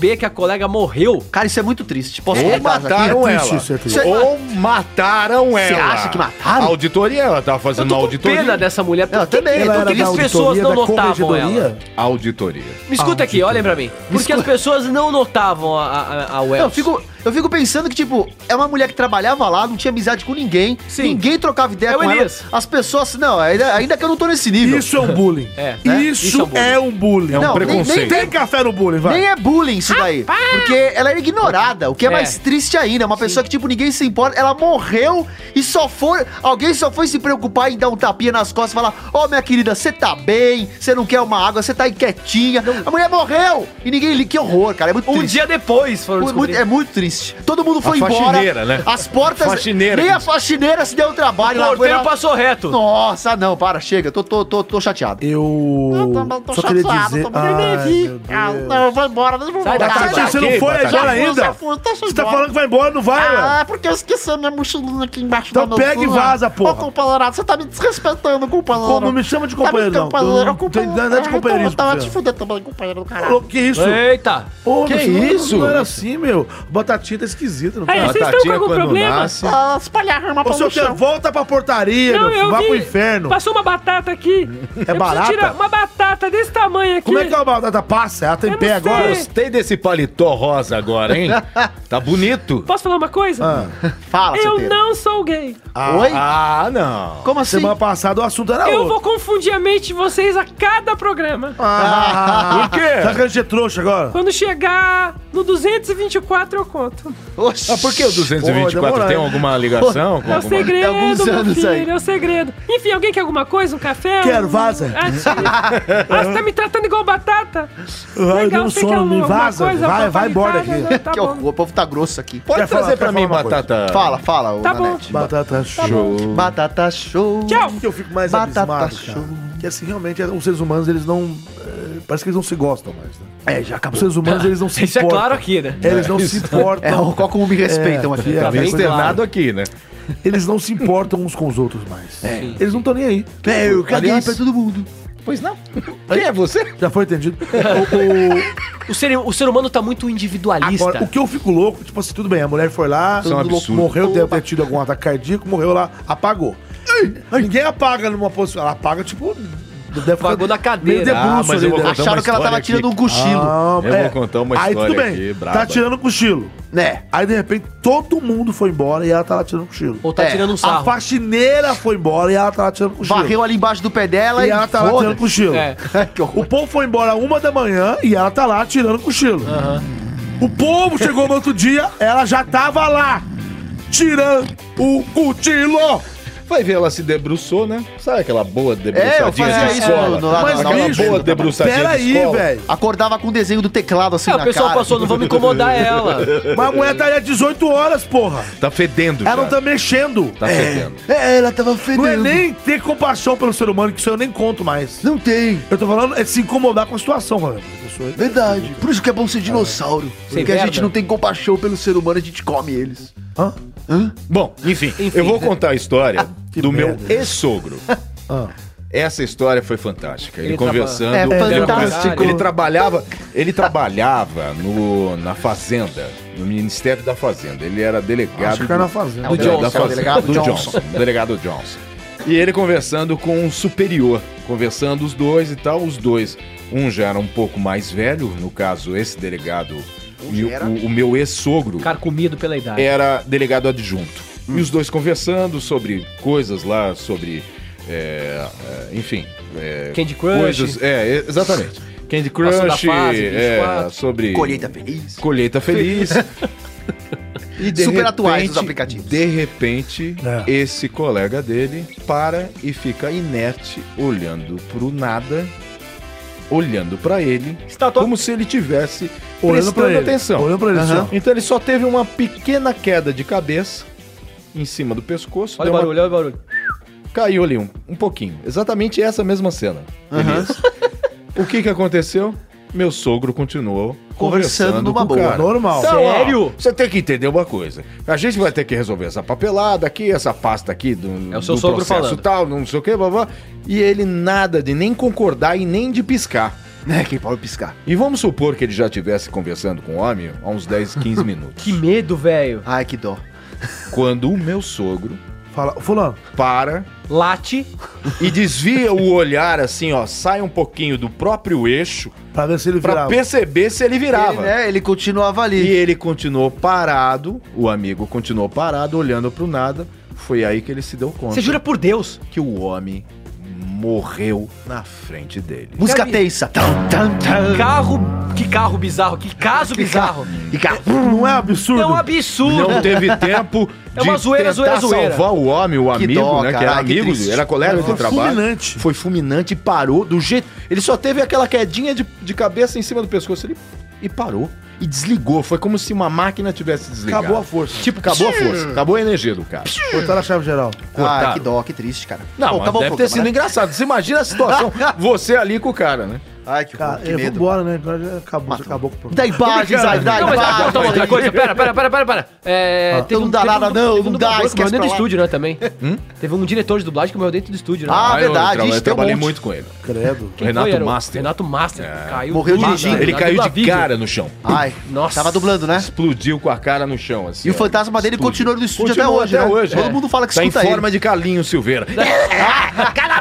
colega morreu. Cara, isso é muito triste. Posso Ou comentar isso aqui? mataram É ela. triste, isso é triste. Ou mataram Você ela. acha que mataram? A auditoria, ela tava Eu fazendo tô uma com auditoria. pena dessa mulher. Ela Por que, também. por Ela era que da as pessoas auditoria não da notavam corregedoria? ela? Auditoria. Me escuta aqui, olhem pra mim. Porque as pessoas não notavam a Wells. Eu fico pensando que, tipo, é uma mulher que trabalhava lá, não tinha amizade com ninguém, Sim. ninguém trocava ideia É o com ela. Elias. As pessoas, não, ainda que eu não tô nesse nível. Isso é um bullying. né? Isso é um bullying. É um Não, preconceito. Tem café no bullying, vai. Nem é bullying isso daí. Porque ela era ignorada, o que é É. mais triste ainda. É uma pessoa que, tipo, ninguém se importa. Ela morreu e alguém só foi se preocupar em dar um tapinha nas costas e falar: Ô, minha querida, você tá bem? Você não quer uma água? Você tá aí quietinha? A mulher morreu! E ninguém liga. Que horror, cara. É muito Um triste. dia depois foram descobrir. É muito triste. Todo mundo foi embora. faxineira, né? As portas. Faxineira. Nem a faxineira se deu o trabalho. O Ela foi porteiro lá- passou reto. Nossa, não, para, chega. Tô chateado. Eu só queria dizer... Ai, meu Deus. Não, vai embora, não vou Sai voltar. daqui, Tati, você não Aqui, foi Batata. embora ainda? Já fui, deixa eu Você tá embora. falando que vai embora, não vai, ué? Ah, porque eu esqueci a minha mochilinha aqui embaixo Então da pega e vaza, porra. Ô, companheirado, você tá me desrespeitando, companheiro. Como? Não me chama de companheiro, não. companheiro, Não tem nada de companheirismo, Eu tava Fernando. te fudendo também, companheiro do Ô, caralho. que isso? Eita. Ô, Que mas isso? Não era assim, meu. Batatinha tá esquisita, não tá? Aí, vocês estão com Batatinha algum quando problema? nasce... Ah, espalhar a arma Ô, pra seu no chão. Teodoro, volta pra portaria, Não, meu filho. eu Vá vi. pro inferno. Passou uma batata aqui. Eu preciso barata? tirar uma batata desse tamanho aqui. Como é que a batata passa? Ela tem Eu pé não sei. agora? Gostei desse paletó rosa agora, hein? Tá bonito. Posso falar uma coisa? Fala, Eu solteiro. não sou gay. Oi? Ah, não. Como assim? Semana passada o assunto era Eu outro. vou confundir a mente de vocês a cada programa. Por quê? Você acha que a gente é trouxa agora? Quando chegar no 224 eu conto. Oxi. Ah, por que o 224 Pô, tem demora, alguma ligação com É o alguma... segredo, Tem alguns meu anos filho, aí. é o segredo. Enfim, alguém quer alguma coisa? Um café? Quero, Um- vaza. Ah, você tá me tratando igual batata? Ai, deu um você quer sono, me alguma vaza. coisa Vai embora facilitada? daqui. Não, tá Que bom. horror, o povo tá grosso aqui. Pode Quer trazer falar- pra quer mim falar uma batata... Fala, ô Tá bom. Nanete. Batata show. Batata show. Tchau. O que eu fico mais Batata abismado, show. cara, que assim, realmente, os seres humanos, eles não... parece que eles não se gostam mais, né? Já acabou. Os seres humanos, eles não se Isso é importam. claro aqui, né? Eles não se importam. Qual como me respeitam aqui. é, Tá bem bem externado aqui, né? Eles não se importam uns com os outros mais. Eles não estão nem aí. Eu caguei Aliás- pra todo mundo. Pois não. Quem é você? Já foi entendido? O ser humano tá muito individualista. Agora, o que eu fico louco, tipo assim, tudo bem, a mulher foi lá, Isso é um absurdo. morreu, deve ter tido algum ataque cardíaco, morreu lá, apagou. Ninguém apaga numa posição, ela apaga, tipo... deve ficar Apagou da cadeira. meio de Ah, bruxo mas eu ali, vou né? contar Acharam uma que ela tava história tirando um aqui. cochilo. Eu vou contar uma Aí história tudo bem, aqui, braba. tá tirando cochilo. Né? Aí de repente todo mundo foi embora e ela tá lá tirando cochilo. Ou tá É, tirando um A sarro. faxineira foi embora e ela tá lá tirando cochilo. Varreu ali embaixo do pé dela E ela tá lá foda-se. tirando cochilo. É. Que horror. O povo foi embora 1h e ela tá lá tirando cochilo. O povo chegou no outro dia, ela já tava lá, tirando o cochilo. Vai ver, ela se debruçou, né? Sabe aquela boa debruçadinha eu fazia de isso escola? no- Mas, aquela bicho, boa debruçadinha de Peraí, escola. velho. Acordava com o desenho do teclado assim É, o na pessoal cara. passou, não vamos incomodar ela. Mas a mulher tá aí há 18 horas, porra. Tá fedendo já. Ela não tá mexendo. Tá fedendo. Ela tava Não fedendo. é nem ter compaixão pelo ser humano, que isso eu nem conto mais. Não tem. Eu tô falando é se incomodar com a situação, mano. Verdade. Por isso que é bom ser dinossauro. Porque a merda. gente não tem compaixão pelo ser humano, a gente come eles. Hã? Bom, enfim, eu vou contar a história do meu merda. ex-sogro. Essa história foi fantástica. Ele Ele conversando. É ele fantástico. Ele trabalhava na Fazenda, no Ministério da Fazenda. Ele era delegado. Acho que era na Fazenda. Do da Johnson, Fazenda, delegado do Johnson. Johnson. Delegado Johnson. E ele conversando com um superior. Conversando os dois e tal. Os dois. Um já era um pouco mais velho, no caso, esse delegado. E o meu ex-sogro Carcomido pela idade. era delegado adjunto. E os dois conversando sobre coisas lá, sobre. Enfim. Candy Crush. Coisas, exatamente. Candy Passou da Crush, fase, 24. sobre. Colheita feliz. Colheita feliz. E Super atuais os aplicativos. De repente, É. esse colega dele para e fica inerte, olhando pro nada, olhando pra ele, Estátua. como se ele tivesse Olhando pra prestando ele. atenção. Olhando pra ele, assim, ó. Então ele só teve uma pequena queda de cabeça em cima do pescoço, Olha o deu uma- barulho, olha o barulho. caiu ali um pouquinho. Exatamente essa mesma cena. Beleza? O que aconteceu? Meu sogro continuou Conversando numa com o boa. cara. Normal. Então, ó, Sério? você tem que entender uma coisa. A gente vai ter que resolver essa papelada aqui, essa pasta aqui do, É o seu do sogro processo falando. tal, não sei o que, blá, blá. E ele nada de nem concordar e nem de piscar. Né, quem pode piscar. E vamos supor que ele já estivesse conversando com o homem há uns 10, 15 minutos. Que medo, velho. Ai, que dó. Quando o meu sogro Fala, fulano. para Late. e desvia o olhar assim, ó, sai um pouquinho do próprio eixo Pra ver se ele pra virava. perceber se ele virava. Ele continuava ali. E ele continuou parado, o amigo continuou parado, olhando pro nada. Foi aí que ele se deu conta Você jura por Deus? que o homem morreu na frente dele. Música Quer tensa. Que carro bizarro, que caso bizarro. Não é absurdo? É um absurdo. Não teve tempo É uma zoeira, tentar zoeira. salvar o homem, o amigo, dó, né? cara. Que era Ai, que amigo, triste. era colega Foi de trabalho. fulminante. Foi fulminante e parou do jeito... Ele só teve aquela quedinha de cabeça em cima do pescoço e parou. E desligou. Foi como se uma máquina tivesse desligado. Acabou a força. Tipo, acabou a força. Acabou a energia do cara. Cortaram a chave geral. Ah, que dó, que triste, cara. Não, Pô, mas acabou o deve ter programa, sido engraçado. Você imagina a situação, você ali com o cara, né? né? Ai, que, Cara, que medo. vambora, né? Agora já acabou, já acabou com o programa. Dá imagens aí, dá Não, mas imagens. conta uma outra coisa. Pera. Não dá nada, não, não dá, dublador que esquece morreu dentro do pra lá. estúdio, né, também. Teve um diretor de dublagem que morreu dentro do estúdio, né? Ah, verdade, Eu isso tem um trabalhei monte. muito com ele. Credo. Quem Renato Era o Master. Renato Master. Caiu Morreu tudo, dirigindo. né? Ele Na caiu de Dublavídeo. cara no chão. Ai, Nossa. tava dublando, né? Explodiu com a cara no chão, assim. E o ó. fantasma dele continua no estúdio até Continua hoje, até né? hoje, Todo é. mundo fala que Tá em escuta forma de Carlinhos Silveira. Cala a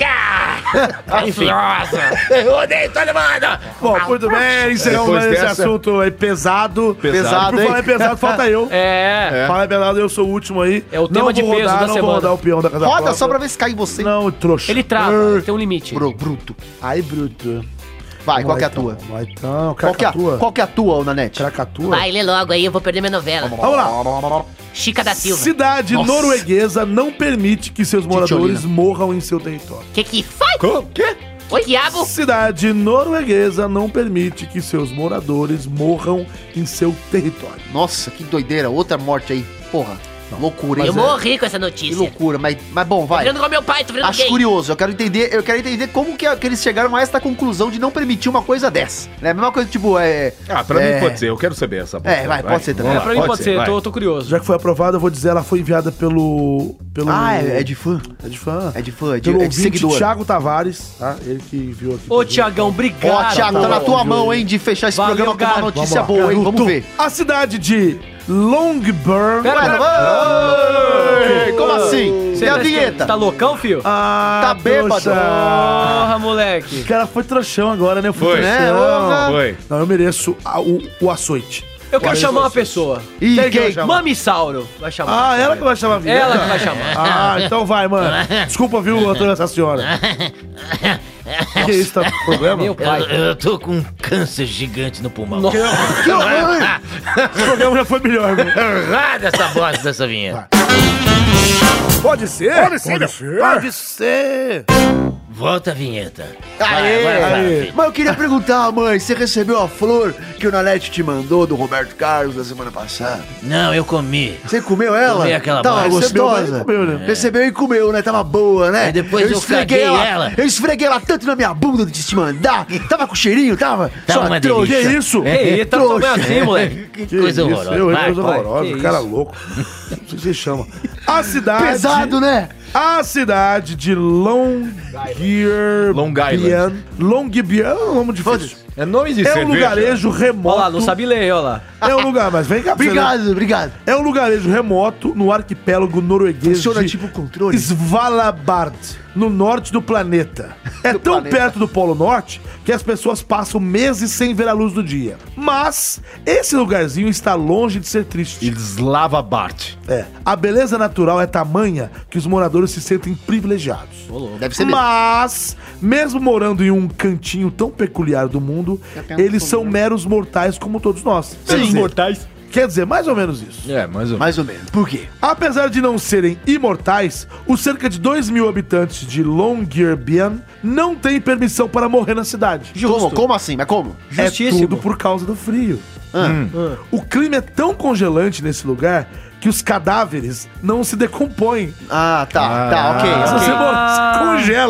boca! Enfim. Nossa! Eu odeio todo mundo! Bom, muito bem, encerramos Depois mais esse dessa- assunto aí pesado. Pesado, Por hein? falar em pesado, falta eu. É. Falar em pesado, eu sou o último aí. É o tema de peso da não semana. vou rodar o peão da casa Roda própria. só pra ver se cai em você. Não, trouxa. Ele trava, tem um limite. Bruto. Ai, bruto. Vai, qual Vai, que é a então, tua? Vai então, Qual que é Cracatua. qual que é a tua, ô Nanete? Cracatua. Vai, lê logo aí, eu vou perder minha novela. Vamos lá. Chica da Silva. Cidade Nossa. norueguesa não permite que seus moradores morram em seu território. Que foi? O quê? Oi, diabo? Cidade norueguesa não permite que seus moradores morram em seu território. Nossa, que doideira. Outra morte aí. Porra. Loucura, hein? Eu morri com essa Que notícia. loucura. Mas bom, Tô vai. virando com meu pai, tô virando Acho gay. curioso, eu quero entender como que eles chegaram a essa conclusão de não permitir uma coisa dessa. É a mesma coisa, tipo, Pra mim pode ser. Eu quero saber essa vai, pode ser também. Vamos lá, Pra mim pode ser, vai. tô curioso. Já que foi aprovada, eu vou dizer, ela foi enviada pelo... Ah, é de fã. É de fã. É de fã, Pelo é de ouvinte seguidor. Thiago Tavares, tá? Ele que enviou aqui. Ô, Tiagão, obrigado. Ó, Thiago, tá na tua Vamos mão, ver. hein, de fechar esse Valeu, programa com uma garoto. notícia Vamos lá, boa, hein? garoto. Vamos ver. A cidade de Longburn... Ei, como assim? Você E a tá- vinheta? Tá loucão, filho? Ah, Tá bêbado. trouxa. Porra, moleque. O cara foi trouxão agora, né? Eu fui Foi. trouxão. Né, porra. Foi. Não, eu mereço o açoite. Eu quero chamar uma pessoa. Ih, Quem que vai quem? chamar? Mamissauro. Vai chamar. Ah, ela que vai chamar a vinheta? Ela que vai chamar. Ah, então vai, mano. Desculpa, viu, Antônio, essa senhora. Que isso, tá com problema? Meu pai. Eu tô com um câncer gigante no pulmão. Nossa. Que horror! O programa já foi melhor, viu? Errada essa bosta dessa vinheta. Pode ser? Pode ser. Pode ser. Volta a vinheta. Aê, aê. filho. Mas eu queria perguntar, mãe, você recebeu a flor que o Nanete te mandou do Roberto Carlos da semana passada? Não, eu comi. Você comeu ela? Comi aquela Tava bosta. Recebeu, gostosa? mas comeu, né? Recebeu e comeu, né? Tava boa, né? Aí depois eu caguei ela. Eu esfreguei ela tanto na minha bunda de te mandar. Tava com cheirinho, tava? Tava Sua uma trouxa. Que isso? Ei, tá trouxa. tomando assim, moleque. Que coisa isso? horrorosa. Eu, Vai, coisa vai. horrorosa. Que Cara isso? louco. Não sei o que você chama. A cidade... Pesado, né? A cidade de Longyearbyen. Longyearbyen é um nome difícil. É nome de É um cerveja. lugarejo remoto. Olha lá, não sabe ler, olha lá. É um lugar, mas vem cá pra você ver. Obrigado, obrigado. É um lugarejo remoto no arquipélago norueguês Funciona de tipo controle. Svalbard, no norte do planeta. É Do tão planeta. perto do Polo Norte que as pessoas passam meses sem ver a luz do dia. Mas esse lugarzinho está longe de ser triste. Slava Bart. É. A beleza natural é tamanha que os moradores se sentem privilegiados. Deve ser mesmo. Mas, mesmo morando em um cantinho tão peculiar do mundo, eles são meros mortais como todos nós. Mortais. Quer dizer, mais ou menos isso. É, mais ou menos. Mais ou menos. Por quê? Apesar de não serem imortais, os cerca de 2.000 habitantes de Longyearbyen não têm permissão para morrer na cidade. Como assim? Mas como? É Justíssimo. tudo por causa do frio. O clima é tão congelante nesse lugar que os cadáveres não se decompõem. Ah, tá, ok. Se ok. você morrer, você congela.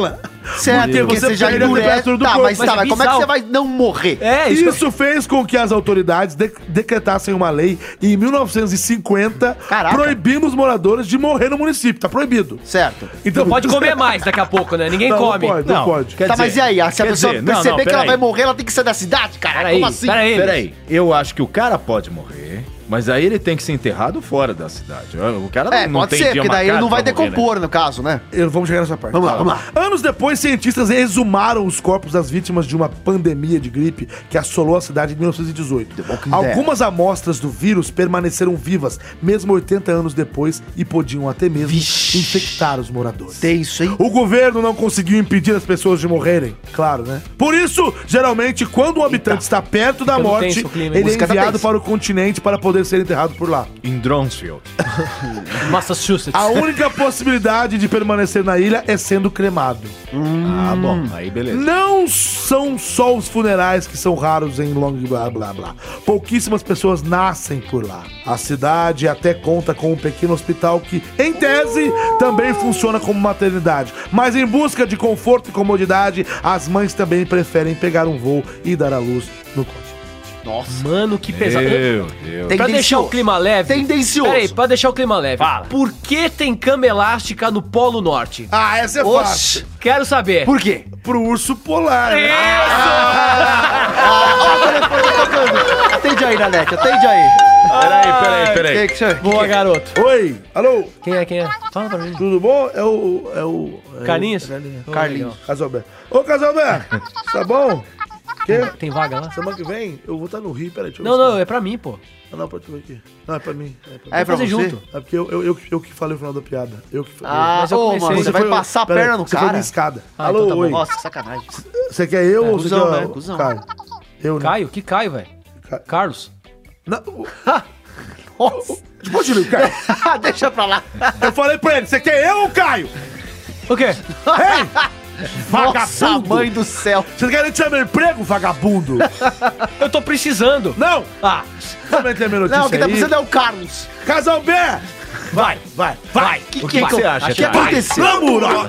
Certo, porque você já perde a endurece. temperatura do Tá, corpo. mas Mas tá, é mas como é que bizarro. você vai não morrer? Isso fez com que as autoridades decretassem uma lei em 1950 Caraca. proibindo os moradores de morrer no município. Tá proibido. Certo. Então Não pode comer mais daqui a pouco, né? Ninguém Não, come. não pode, não pode. Quer Tá, dizer, mas e aí? Se a quer pessoa dizer, não, perceber que ela peraí. vai morrer, ela tem que sair da cidade, cara. Peraí, Como assim? peraí. Peraí, eu acho que o cara pode morrer, mas aí ele tem que ser enterrado fora da cidade. O cara não Pode tem ser, dia porque daí ele marcado não vai pra morrer, decompor, no caso, né? Vamos chegar nessa parte. Vamos lá, vamos lá. Anos depois, cientistas exumaram os corpos das vítimas de uma pandemia de gripe que assolou a cidade em 1918. Walking Dead. Algumas amostras do vírus permaneceram vivas, mesmo 80 anos depois, e podiam até mesmo infectar os moradores. Tem isso, hein? O governo não conseguiu impedir as pessoas de morrerem, claro, né? Por isso, geralmente, quando um habitante está perto da Ficando morte, tenso o clima, hein? ele é Música tá enviado tensa. para o continente para poder ser enterrado por lá. Em Dronsfield. Massachusetts. A única possibilidade de permanecer na ilha é sendo cremado. Ah, bom, aí beleza. Não são só os funerais que são raros em Long blá blá blá. Pouquíssimas pessoas nascem por lá. A cidade até conta com um pequeno hospital que, em tese, também funciona como maternidade. Mas em busca de conforto e comodidade, as mães também preferem pegar um voo e dar à luz no continente. Nossa. Mano, que pesado. Meu Deus. Pra deixar o clima leve. Tendencioso. Peraí, pra deixar o clima leve. Fala. Por que tem cama elástica no Polo Norte? Ah, essa é fácil. Oxi. Quero saber. Por quê? Pro urso polar. né? Atende aí, Nanete, atende aí. Peraí. Boa, garoto. Oi, alô, Quem é? Fala pra mim. tudo bom? É o Carlinhos? Carlinhos. Casalberto. Ô, Casalberto, tá bom? Que? Tem vaga lá? Semana que vem eu vou estar no Rio, peraí, deixa eu ver. Não, é pra mim, pô. Não, pode ver aqui. Não, é pra mim. É pra mim. É pra fazer você? junto. É porque eu que falei o final da piada. Eu que falei. Ah, Mas eu ô, comecei. mano, você vai passar a peraí, perna no você foi cara? na escada. Ah, Alô, então tá bom. oi. Nossa, que sacanagem. Você quer eu ou você cuzão, quer né? o Cuzão. Caio? Eu, né? Caio? Que Caio, velho? Carlos. Não, Nossa. pode ir, Caio. Deixa pra lá. Eu falei pra ele, você quer eu ou Caio? O quê? Ei! Nossa, Vagabundo! mãe do céu. Você quer te chamar emprego, vagabundo? Eu tô precisando. Não! Ah, Também tem a minha notícia Não, quem tá aí. precisando é o Carlos. Casal B! vai. O que você acha, O que cara? aconteceu? Vamos lá!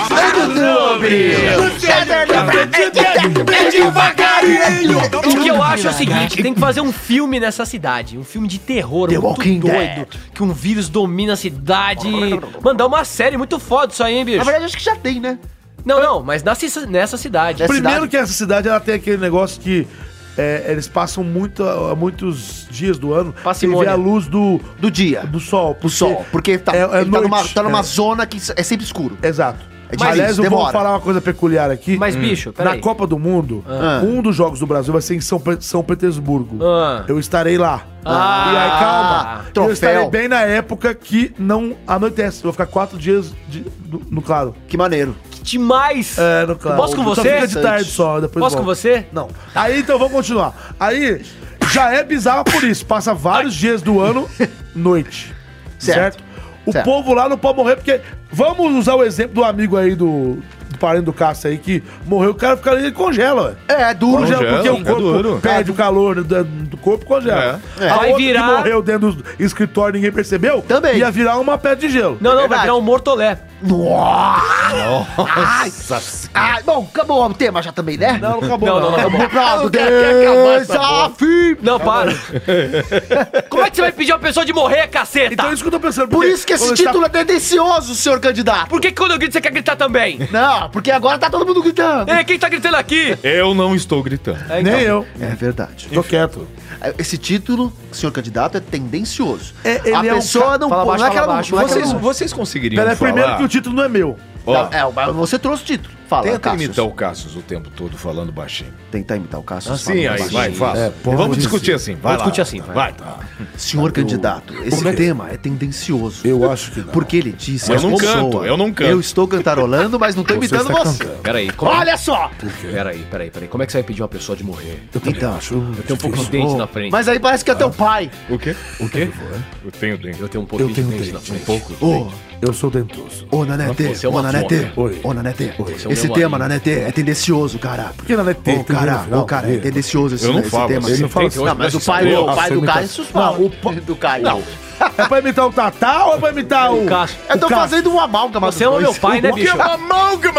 O que eu acho é o seguinte, tem que fazer um filme nessa cidade, um filme de terror The muito Walking doido, Dead. que um vírus domina a cidade. Mandar uma série muito foda isso aí, hein, bicho? Na verdade, acho que já tem, né? Não, mas nessa cidade. Nessa Primeiro cidade. que essa cidade ela tem aquele negócio que eles passam muitos dias do ano sem ver Parcimônia. a luz do dia. do sol. O sol. Porque tá, é ele noite, tá numa é. zona que é sempre escuro. Exato. É difícil, Aliás, eu vou demora. falar uma coisa peculiar aqui. Mas, bicho, Na peraí. Copa do Mundo, um dos jogos do Brasil vai ser em São Petersburgo. Ah. Eu estarei lá. Ah. E aí, calma. Troféu. Eu estarei bem na época que não anoitece. Eu vou ficar 4 dias no claro. Que maneiro. Demais! É, no claro. Posso com Só você? fica de tarde só, depois Posso com volta. você? Não. Aí, então, vamos continuar. Aí, já é bizarro por isso. Passa vários dias do ano, noite. Certo? O Certo. povo lá não pode morrer, porque... Vamos usar o exemplo do amigo aí do parente do Cássio aí, que morreu, o cara fica ali e congela, ué. É duro. Congela, porque o fica corpo duro. perde o calor do corpo e congela. É. A Vai outra virar- que morreu dentro do escritório e ninguém percebeu, Também. ia virar uma pedra de gelo. Não, vai verdade. virar um mortolé. Ai, bom, acabou o tema já também, né? Não, não acabou Não, não. acabou. Pronto, Desafio! Não, para. Como é que você vai pedir uma pessoa de morrer, caceta? Então é isso que eu tô pensando. Por porque isso que esse quando está- título é tendencioso, senhor candidato. Por que quando eu grito você quer gritar também? Não, porque agora tá todo mundo gritando. Ei, quem tá gritando aqui? Eu não estou gritando. Nem eu. É verdade. Tô quieto. Esse título, senhor candidato, é tendencioso. Ele a é um pessoa não Fala pode. baixo, Não é que ela fala não- baixo. não é que ela não- Vocês conseguiriam Pera, falar... primeiro que o título não é meu. Ó, Mas você trouxe o título. Fala, tenta Cassius. imitar o Cassius o tempo todo falando baixinho. Tentar imitar o Cassius. Assim, falando aí, baixinho. vai, faça. pode Vamos sim. discutir assim, vai lá. discutir assim, vai. Senhor candidato, esse tema é tendencioso. Eu acho que não. Porque ele disse Eu que não a pessoa- canto, eu não canto. Eu estou cantarolando, mas não tô imitando está você. cantando. Peraí, Olha só! Peraí. Como é que você vai pedir uma pessoa de morrer? Então, Eu tenho um pouco de dente na frente. mas aí parece que é teu pai. O quê? O quê? Eu tenho dente. Eu tenho um pouquinho de tenho dente dente, na frente. um pouco. Ô, Eu sou dentoso. ô, Nanete, Você é uma ô, Nanete, foca. Oi. ô, Nanete. Você é um Esse meu tema, amigo. Nanete, é tendencioso, cara. Por que Nanete tem? Ô, Tem cara, no final? ô, cara, é tendencioso esse, Eu não esse falo tema. assim. Ele não fala Tem, assim. tem, Não, mas o Mas pai isso do, é pai do imita- Caio fala. Não, o Do Caio. Não. É pra imitar o Tatá ou é pra imitar o... Cássio. Eu tô o Cássio? fazendo um amálgama Você dos ama dois. meu pai, né, O que é bicho? uma amálgama?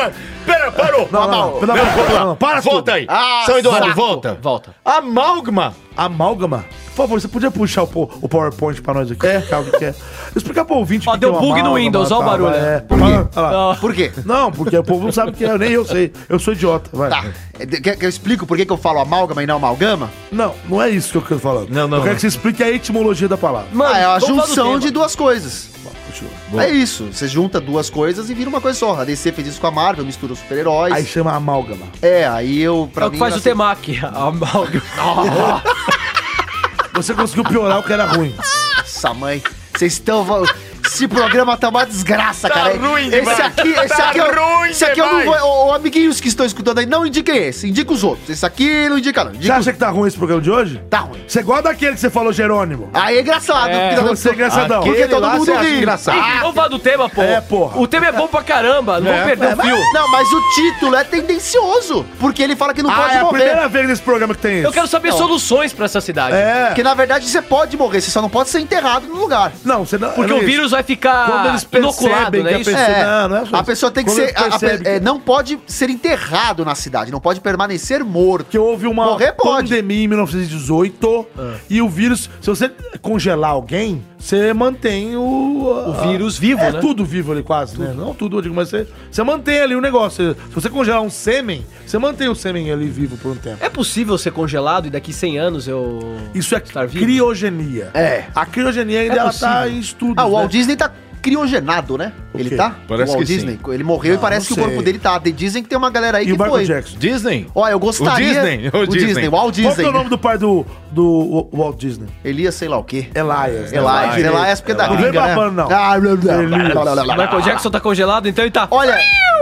Pera, parou. Não, para tudo. Volta aí. Ah, São Eduardo, saco. volta. Volta. Amálgama. Amálgama? Por favor, você podia puxar o PowerPoint pra nós aqui? Explicar o que é. Explicar pro ouvinte Ó, que deu é uma bug no amálgama, Windows, ó o tá, barulho. vai, Por quê? Olha lá. Por quê? Não, porque o povo não sabe o que é, nem eu sei. Eu sou idiota, vai. Tá. Quer que eu explique por que eu falo amálgama e não amalgama? Não é isso que eu quero falar. Não, eu quero que você explique a etimologia da palavra. Mano, é a vamos falar do junção tema. de duas coisas. Continua. É isso. Você junta duas coisas e vira uma coisa só. A DC fez isso com a Marvel, mistura os super-heróis. Aí chama amálgama. Aí eu, É o que faz o assim, Temaki. A amálgama. Você conseguiu piorar o que era ruim. Nossa, mãe. Vocês estão... Esse programa tá uma desgraça, Tá cara. ruim esse demais. aqui Ruim esse aqui eu não demais. vou... Ô, amiguinhos que estão escutando aí, não indiquem esse. Indica os outros. Esse aqui não indica não. Você Indica acha que tá ruim esse programa de hoje? Tá ruim. Você gosta daquele que você falou, Jerônimo? Aí é engraçado. É, porque você é engraçadão. Porque todo lá mundo você acha ri. engraçado. Enfim, vamos falar do tema, pô. É, porra. O tema é bom pra caramba, não vamos perder o fio. Não, mas o título é tendencioso. Porque ele fala que não pode É a morrer. primeira vez nesse programa que tem isso. Eu quero saber soluções pra essa cidade. É. Porque na verdade você pode morrer, você só não pode ser enterrado no lugar. Não, você não... Porque não é o isso. vírus vai Quando ficar eles inoculado, percebem né? que a Isso? pessoa... Não é só A isso. pessoa tem que Quando ser. eles percebem que- Não pode ser enterrado na cidade, não pode permanecer morto. Porque houve uma Morrer pode. pandemia em 1918 e o vírus, se você congelar alguém, você mantém o vírus vivo, é né? tudo vivo ali quase, né? Não tudo, eu digo, mas você mantém ali o negócio. Se você congelar um sêmen, você mantém o sêmen ali vivo por um tempo. É possível ser congelado e daqui 100 anos eu... Isso é estar vivo? criogenia. É. A criogenia ainda É ela possível. tá em estudos, Ah, o Walt né? Disney tá criogenado, né? Ele quê? tá? Parece o Walt que sim. Disney. Ele morreu e parece que não o corpo sei. dele tá. Dizem que tem uma galera aí E que o Michael foi. Jackson? Disney? Olha, eu gostaria. O Disney, o Disney. o Walt Qual que Disney. é o nome do pai do Walt Disney? Elias, sei lá o quê. Elias. né? Elias, porque é da Não vem gringa, né? babando, não. Ah, blá, blá, blá, blá, blá, blá. O Michael Jackson tá congelado, então ele tá... Olha.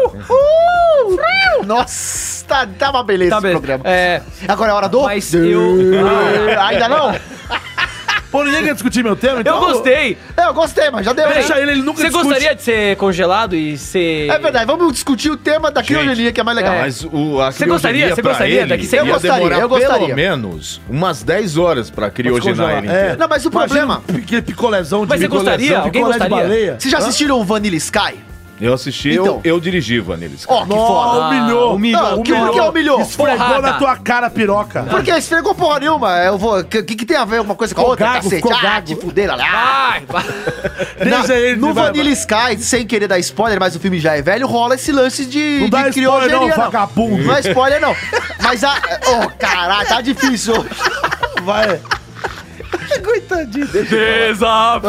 Nossa, tá uma beleza Tá esse bem. programa. É, Agora é hora do. mas eu... Ainda não? Pô, ninguém quer discutir meu tema, então... Eu gostei. Eu gostei, mas já deu. né? Deixa ele nunca Você discute. gostaria de ser congelado e ser... É verdade, vamos discutir o tema da criogenia, que é mais legal. Mas a Você gostaria? criogenia Você pra gostaria? ele Daqui 100 ia Eu gostaria, demorar eu gostaria. pelo menos umas 10 horas pra criogenar Congelar. ele inteiro. Não, mas o problema- Imagina um picolezão de Mas você gostaria? Alguém picolé de gostaria? baleia. Vocês já assistiram o Vanilla Sky? Eu assisti, Então. eu dirigi, Vanilles. Ó, que foda. Humilhou. humilhou. Não, por que humilhou? Esfregou Porrada. na tua cara a piroca. Porque esfregou porra nenhuma. Eu vou. O que tem a ver uma coisa com a Ficou outra, gago, cacete? ficou Ah, gago. te fuderam lá. Vai, vai. Deixa ele, No vai, Vanilla Sky, sem querer dar spoiler, mas o filme já é velho, rola esse lance de, Não dá de spoiler não, vagabundo. Não é spoiler não. Mas a... Oh, caralho, tá difícil hoje. Vai. Coitadinho. Desafio.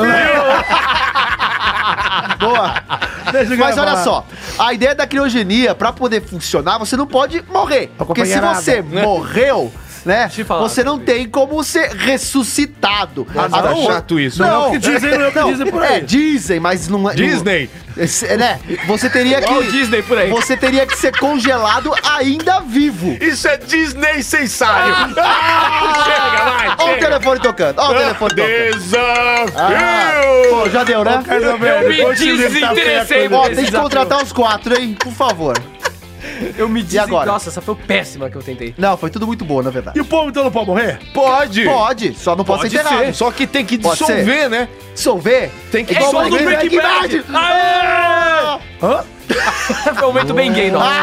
Boa. Deixa o Mas cara olha falar. só, a ideia da criogenia, pra poder funcionar, você não pode morrer. Porque se companheirada. você morreu, né, Deixa eu falar. você não tem como ser ressuscitado. Ah, tá chato isso. Não, é o que dizem, não é o que dizem por aí. É, dizem, mas não é... Disney. Né, você teria que... Olha o Disney por aí. Você teria que ser congelado ainda vivo. Isso é Disney sensário. Chega, vai. Olha o telefone tocando, olha o telefone tocando. Desafio. Pô, já deu, né? Eu me desinteressei Ó, por tem que desafio. contratar os 4, hein? Por favor. Eu me disse... agora? Nossa, essa foi péssima que eu tentei. Não, foi tudo muito bom, na verdade. E o povo então não pode morrer? Pode. Pode, só não pode ser enterrado. Só que tem que Pode dissolver, né? Dissolver? Tem que É igual dissolver. no Breaking Bad. Aê! Hã? Foi um momento bem gay, nossa.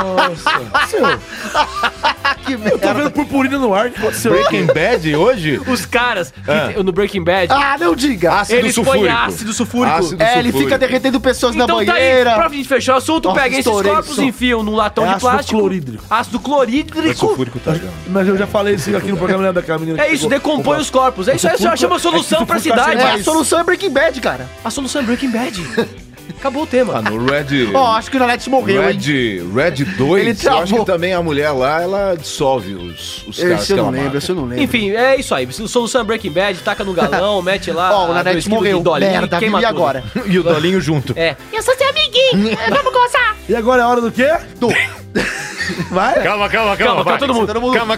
Que Eu tô merda. vendo purpurina no ar, o que aconteceu? Breaking Bad hoje? Os caras, que no Breaking Bad, Ah, não diga. Ácido eles põem sulfúrico. ácido sulfúrico. Ácido É, ele sulfúrico. fica derretendo pessoas na Então tá aí, banheira. pra gente fechar o assunto, Nossa, pega esses estourei, corpos, só. enfiam num latão É de ácido plástico. clorídrico. Ácido clorídrico. Sulfúrico tá ligado? Mas eu já falei isso aqui no programa, lembra daquela menina É que isso, pegou- decompõe os corpos. É isso aí, você chama solução pra cidade. É, a solução é Breaking Bad, cara. A solução é Breaking Bad. Acabou o tema. Ah, no Red... Ó, acho que o Nanete morreu, hein? Red 2, Ele eu acho travou. que também a mulher lá, ela dissolve os caras Esse que eu não ela lembro, mata. esse eu não lembro. Enfim, é isso aí. Solução é Breaking Bad, taca no galão, mete lá. Ó, o 2 Nanete quilos de morreu. Dolly Merda, queima e tudo. agora? E o Dolinho junto. É. Eu sou seu amiguinho. Vamos gozar. E agora é hora do quê? Do. Vai? Calma, Calma, todo mundo. Calma.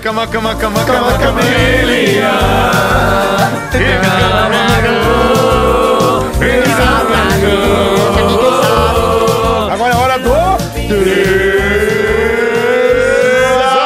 Agora é hora do...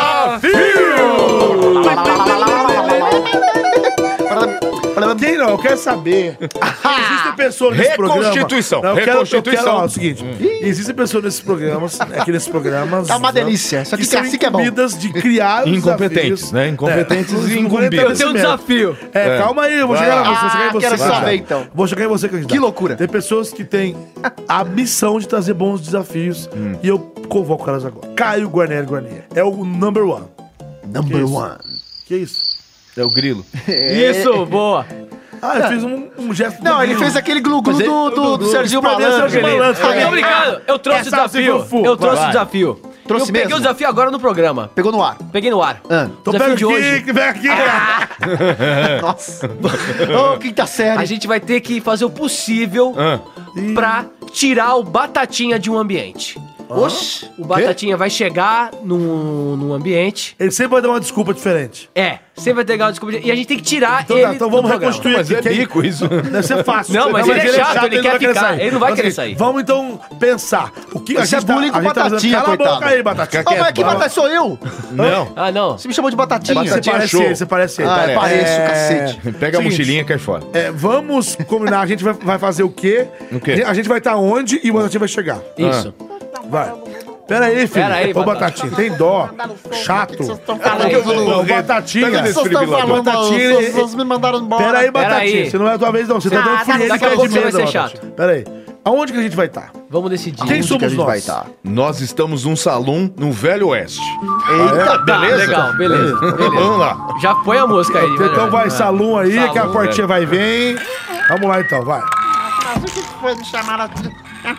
Quem não? Eu quero quer saber? Existem pessoas nesse programa... Reconstituição. Não, Reconstituição. é o seguinte. Existem pessoas nesses programas, aqui nesses programas... Tá uma delícia. Só que são assim que é bom. incumbidas de criar Incompetentes, desafios. né? Incompetentes Os e 40 incumbidos. Eu tenho um desafio. Calma aí, eu vou chegar lá. Vou chegar em você, quero candidato. saber, então. Vou chegar em você, candidato. Que loucura. Tem pessoas que têm a missão de trazer bons desafios e eu convoco elas agora. Caio Guarnieri. É o number one. Number one. Que isso? É o grilo. Isso, boa. Ah, eu fiz um gesto. Não, ele fez aquele glu-glu do Serginho Malandro. Serginho Malandro. Tô brincando. Eu trouxe o Essa desafio. se for, Eu trouxe o vai. desafio. Trouxe Eu peguei mesmo? o desafio agora no programa. Pegou no ar. Peguei no ar. Então Desafio pega de hoje. aqui, vem aqui. Nossa. Ô, quinta série. A gente vai ter que fazer o possível pra tirar o Batatinha de um ambiente. Oxi. O Batatinha vai chegar num ambiente. Ele sempre vai dar uma desculpa diferente. Sempre vai ter uma desculpa. E a gente tem que tirar Então, ele tá, então vamos do programa. reconstruir Mas aqui. é bico isso. Deve ser fácil. Não, mas ele é chato, ele quer não vai querer ficar, sair. ele não vai Mas, querer assim, sair. Vamos então pensar. O que Isso é bullying com Batatinha, Cala a coitado. boca aí, Batatinha. Ô, mas que batata sou eu? Não. Ah, não. Você me chamou de batatinha? Você Batatinha parece show. ele, você parece ele. Ah, pareço, cacete. Pega a Seguinte. mochilinha e cai fora. Vamos combinar, a gente vai fazer o quê? O quê? A gente vai estar onde e o Batatinha vai chegar. Isso. Vai. Pera aí, filho. Pera aí, Ô, Batatinha. Batatinha, tem dó. Chato. Ô, Batatinha. Pega desse privilégio. Batatinha, Vocês me mandaram embora. Pera aí, Batatinha. aí. Você não é a tua vez, não. Você tá dando frieza daqui a de pouco você vai mesa, ser Batatinha. chato. Pera aí. Aonde que a gente vai estar? Vamos decidir. Quem Onde somos que a gente nós? vai estar? Nós estamos num salão no Velho Oeste. Eita, Tá, beleza? legal, beleza. Vamos lá. Já põe a música aí. Então vai, salão aí, Salão, que a portinha vai vir, hein? Vamos lá, então, vai. Mas o que foi me chamar assim?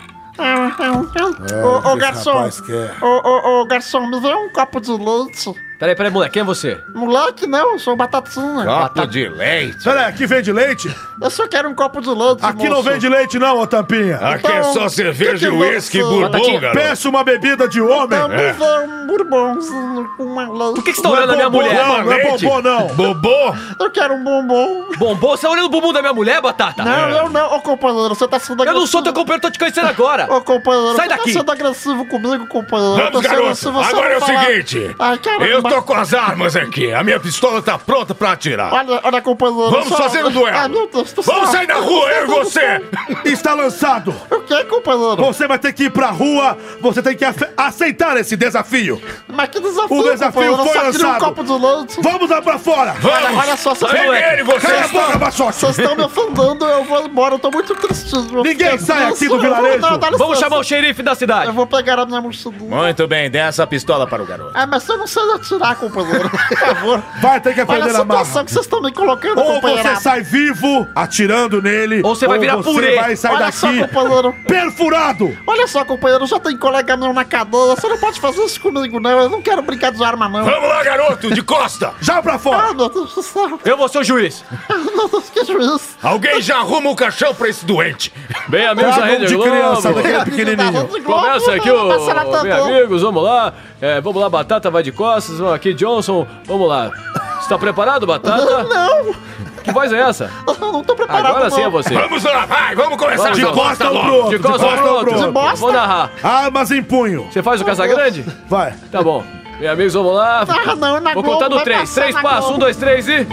Ô, garçom. Rapaz, quer. Ô, garçom, me vê um copo de leite. Peraí, moleque, quem é você? Moleque, não, eu sou Batatinha. Copo de leite. Pera aí, aqui vende leite? Eu só quero um copo de leite, Aqui não moço. vende leite, não, ô Tampinha. Aqui é só cerveja e que uísque e você- bourbon, Batatinha, garoto. Peça uma bebida de homem. Então me vê um bourbonzinho com uma leite. Por que você tá Não é olhando a minha bombom, mulher? não, não é Leite? bombom, não. Bobô? Eu quero um bombom. Bombom? Você tá olhando o bumbum da minha mulher, Batata? Não, eu não. Ô, companheiro, você tá sendo Eu não sou teu companheiro, tô te conhecendo agora. Ô, companheiro, Sai você daqui. tá sendo agressivo comigo, companheiro. Vamos, Tô sendo- garoto. se você Agora não é o falar- seguinte. Ai, caramba. Eu tô com as armas aqui. A minha pistola tá pronta pra atirar. Olha, companheiro. Vamos só- fazer um duelo. Ai, meu Deus do Vamos céu. sair na rua, eu e você. Está lançado. O que, companheiro? Você vai ter que ir pra rua. Você tem que aceitar esse desafio. Mas que desafio, O desafio companheiro. Eu foi só queria um lançado. copo de leite. Vamos lá pra fora. Vamos. Olha só, vocês Pega ele, você. Cala a boca, Baixote. Vocês estão me ofendendo, eu vou embora, eu tô muito triste. Ninguém sai aqui do vilarejo. Vamos chamar o xerife da cidade. Eu vou pegar a minha mochilinha. Muito bem, dê essa pistola para o garoto. Ah, mas eu não sei atirar, companheiro. Por favor. Vai ter que Olha aprender a a marra. situação que vocês estão me colocando, Ou companheiro. você sai vivo, atirando nele. Ou você vai virar você purê. vai sair Olha só, daqui companheiro. perfurado. Olha só, companheiro, já tem colega meu na cadeia. Você não pode fazer isso comigo, não. Eu não quero brincar de arma, não. Vamos lá, garoto, de costa. Já pra fora. Ah, meu Deus do céu. Eu vou ser o juiz. Meu Deus, que juiz. Alguém já arruma um caixão pra esse doente. Bem, amigos da Traga um Rede de criança, Globo. daquele pequenininho. Começa aqui, meus amigos, vamos lá. Vamos lá, Batata vai de costas. Vamos aqui, Johnson. Vamos lá. Você tá preparado, Batata? Não, Que voz é essa? eu não tô preparado, Agora sim é não. você. Vamos lá, vai, vamos começar. Vamos, De Johnson. costa um pro logo. outro. De costas costa pro um outro. De bosta? Vou narrar. Armas em punho. Você faz o Casagrande? Vai. Tá bom. Meus amigos, vamos lá. Ah, não, na Vou Globo, contar no vai 3. passar 3 na passos. Globo. 1, 2, 3 e...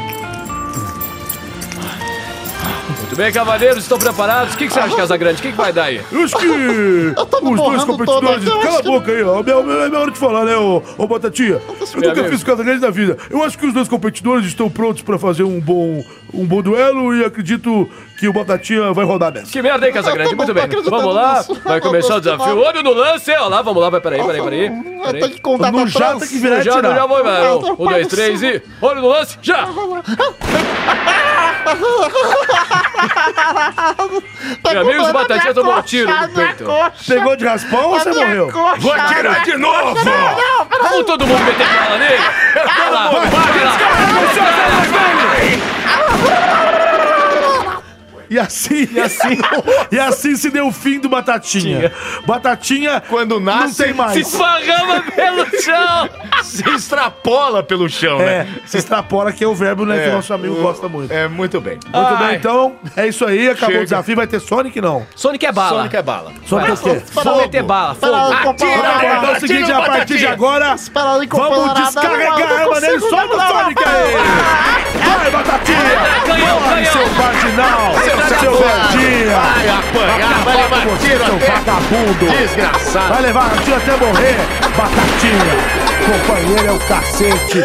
Muito bem, cavaleiros, estão preparados? O que você acha, Casagrande? O que vai dar aí? Eu acho que tô me os dois borrando competidores... todo aqui, eu Cala a acho que- boca aí, ó. É minha hora de falar, né, ô Batatinha? Eu nunca amigo. fiz casa grande na vida. Eu acho que os dois competidores estão prontos pra fazer um bom duelo e acredito que o Batatinha vai rodar nessa. Que merda, hein, Casagrande? Eu tô Muito bem. acreditando Vamos lá. nisso. Vai começar o desafio. Olho no lance. Olha lá, vamos lá. Vai, peraí. Eu tenho que contar No pra já trás. tem que virar e Já tirar. vou, vai. Eu 1, 2, 3 e... Olho no lance. Já! Meu amigo, o Batatinha tomou um tiro no peito. Pegou de raspão ou você morreu? Vou atirar de novo. Vamos todo mundo meter bala nele? Vai lá, vai lá. E assim se deu o fim do Batatinha. Batatinha, Quando nasce, não tem mais. Se esparrama pelo chão. se extrapola pelo chão, né? Se extrapola, que é o verbo, né, que o nosso amigo gosta muito. É, muito bem. Muito bem, então, é isso aí, acabou Chega. o desafio, vai ter Sonic, não? Sonic é bala. Sonic é bala. Sonic é o quê? Vamos meter bala, fogo. Então é o seguinte, a partir de agora, Espera aí, vamos companheirada, descarregar a eu não arma nele, consigo solta o não. Sonic aí! Vai, Batatinha! Vai, seu marginal! Seu verdinha! Vai apanhar, vai levar tiro Seu até... vagabundo! Desgraçado! Vai levar tiro até morrer! Batatinha! Companheiro é o cacete!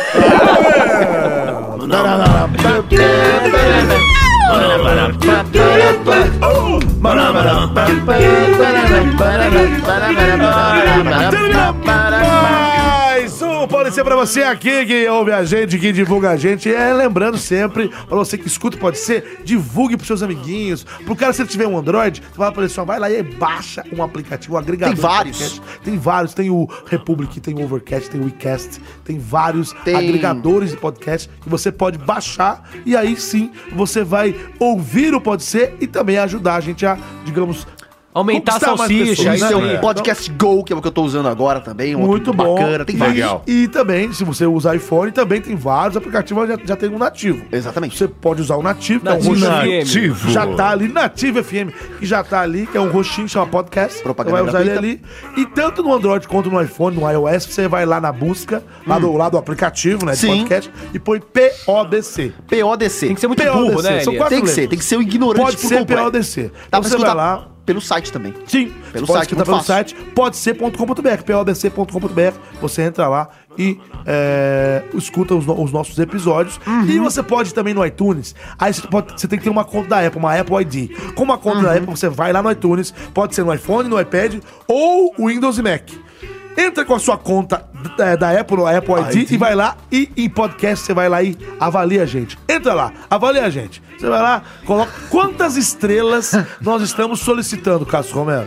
Mais um Pode Ser pra você aqui que ouve a gente, que divulga a gente. Lembrando sempre, pra você que escuta, pode ser, divulgue pros seus amiguinhos. Pro cara, se ele tiver um Android, você fala pra ele só, vai lá e baixa um aplicativo, um agregador. Tem vários. Tem vários. Tem o Republic, tem o Overcast, tem o WeCast. Tem vários agregadores de podcast que você pode baixar. E aí sim, você vai ouvir o Pode Ser e também ajudar a gente a, digamos... Aumentar a conquistar mais salsicha, pessoas, isso né? Tem aí. o Podcast Go, que é o que eu tô usando agora também. Muito bom. Bacana, tem Legal. E também, se você usar iPhone, também tem vários aplicativos, já tem um nativo. Exatamente. Você pode usar o nativo, que é um Nativo roxinho. Nativo. Já tá ali, Nativo FM, que já tá ali, que é um roxinho, chama podcast. Propaganda Você vai usar ele gratuita. ali. E tanto no Android quanto no iPhone, no iOS, você vai lá na busca, lá do aplicativo, né, de Sim. podcast, e põe PODC. PODC. Tem que ser muito PODC, burro, né, são Elias? quatro Tem que ser, letras. tem que ser o ignorante Pode por ser completo. PODC. Dá Então pra você vai escutar lá... pelo site também. Sim, Pelo você pode site, escutar muito pelo fácil. site, podc.com.br, podc.com.br, você entra lá e escuta os nossos episódios. E você pode também no iTunes, aí você tem que ter uma conta da Apple, uma Apple ID. Com uma conta da Apple, você vai lá no iTunes, pode ser no iPhone, no iPad ou Windows e Mac. Entra com a sua conta da Apple, no Apple ID, e vai lá e em podcast você vai lá e avalia a gente. Entra lá, avalia a gente. Você vai lá, coloca quantas estrelas nós estamos solicitando, Cássio Romero.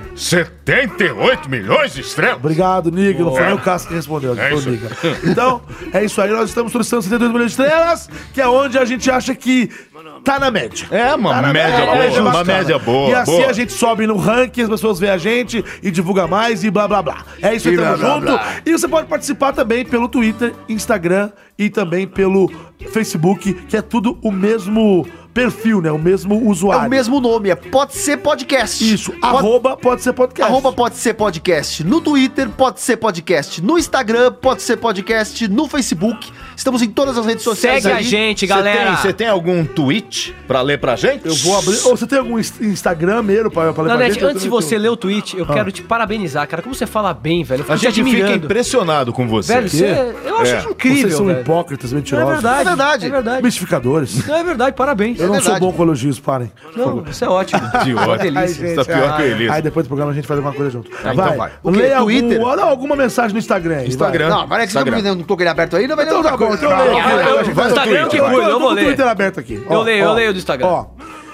78 milhões de estrelas? Obrigado, Niga. Não foi nem o Cássio que respondeu, É foi o isso. Niga. Então, é isso aí. Nós estamos solicitando 72 milhões de estrelas, que é onde a gente acha que tá na média. É, uma Tá na média boa, bacana. uma média boa. E assim boa. a gente sobe no ranking, as pessoas veem a gente e divulga mais e blá blá blá. É isso aí, tamo junto. E você pode participar também pelo Twitter, Instagram e também pelo Facebook, que é tudo o mesmo perfil, né? O mesmo É usuário. o mesmo nome, é Pode Ser Podcast. Isso, arroba pode ser podcast. Arroba Pode Ser Podcast. No Twitter, Pode Ser Podcast. No Instagram, Pode Ser Podcast. No Facebook. Estamos em todas as redes sociais. Segue a aí. gente, galera. Você tem algum tweet pra ler pra gente? Eu vou abrir. Ou você tem algum Instagram mesmo pra ler pra Nanete, gente? antes de você ler o tweet, eu quero te parabenizar, cara. Como você fala bem, velho. Eu fico A te gente fica admirando. impressionado com você. Velho, eu acho incrível, Vocês são velho. hipócritas, Não, mentirosos. é verdade. É verdade. É verdade. Mistificadores. Não, é verdade, parabéns. Eu não sou verdade. bom com elogios, parem. Não, isso é ótimo. Idiota. Uma delícia. Ai, gente, Tá pior que o Elias. Aí depois do programa a gente faz alguma coisa junto. Ah, então vai. O quê? Leia Twitter? alguma mensagem no Instagram aí. Instagram. Não, agora é que você Instagram. não tô com ele aberto ainda, vai ler Então outra tá bom, coisa. então leia. Vai no Instagram Twitter, que vai. cuida, eu vou O ler. Twitter aberto aqui. Eu leio do Instagram. Ó,